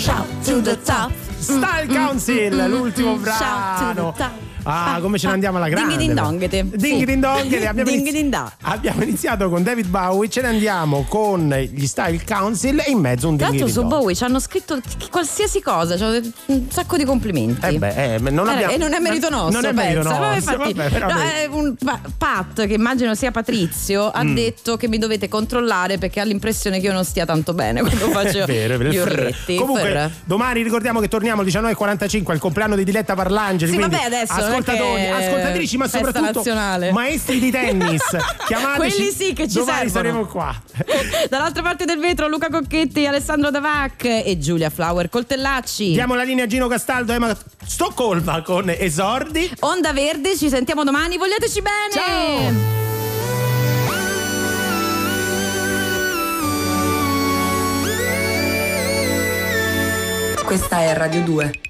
shout to the top. Style Council, Mm, mm, l'ultimo mm, shout to the brano. top. Ah, come ce ne andiamo alla grande. Dinghi-ding-dongete. Dinghi-ding-dongete. Abbiamo, inizi- Dinghi-ding-da. abbiamo iniziato con David Bowie, ce ne andiamo con gli Style Council e in mezzo un Tra l'altro su dinghi-ding-dong. Bowie ci hanno scritto qualsiasi cosa, cioè un sacco di complimenti. Eh beh, eh, non Eh, abbiamo- e non è merito nostro, non è merito pensa. Vabbè, nostro, infatti, vabbè, però no, vedi. eh, un, pa- Pat, che immagino sia Patrizio, ha Mm. detto che mi dovete controllare perché ha l'impressione che io non stia tanto bene quando faccio È vero, è vero, gli è vero. urletti. Comunque Ferra. domani ricordiamo che torniamo alle diciannove e quarantacinque al compleanno di Diletta Parlangeli, Sì, quindi vabbè, adesso non è ascoltatori, che- ascoltatrici, ma festa soprattutto nazionale. maestri di tennis, chiamateci. Quelli sì che ci domani servono. saremo qua. Dall'altra parte del vetro Luca Cocchetti, Alessandro Davac e Giulia Flower Coltellacci. Diamo la linea a Gino Castaldo, Emma Stoccolma con Esordi. Onda Verde, ci sentiamo domani, vogliateci bene. Ciao. Questa è Radio due.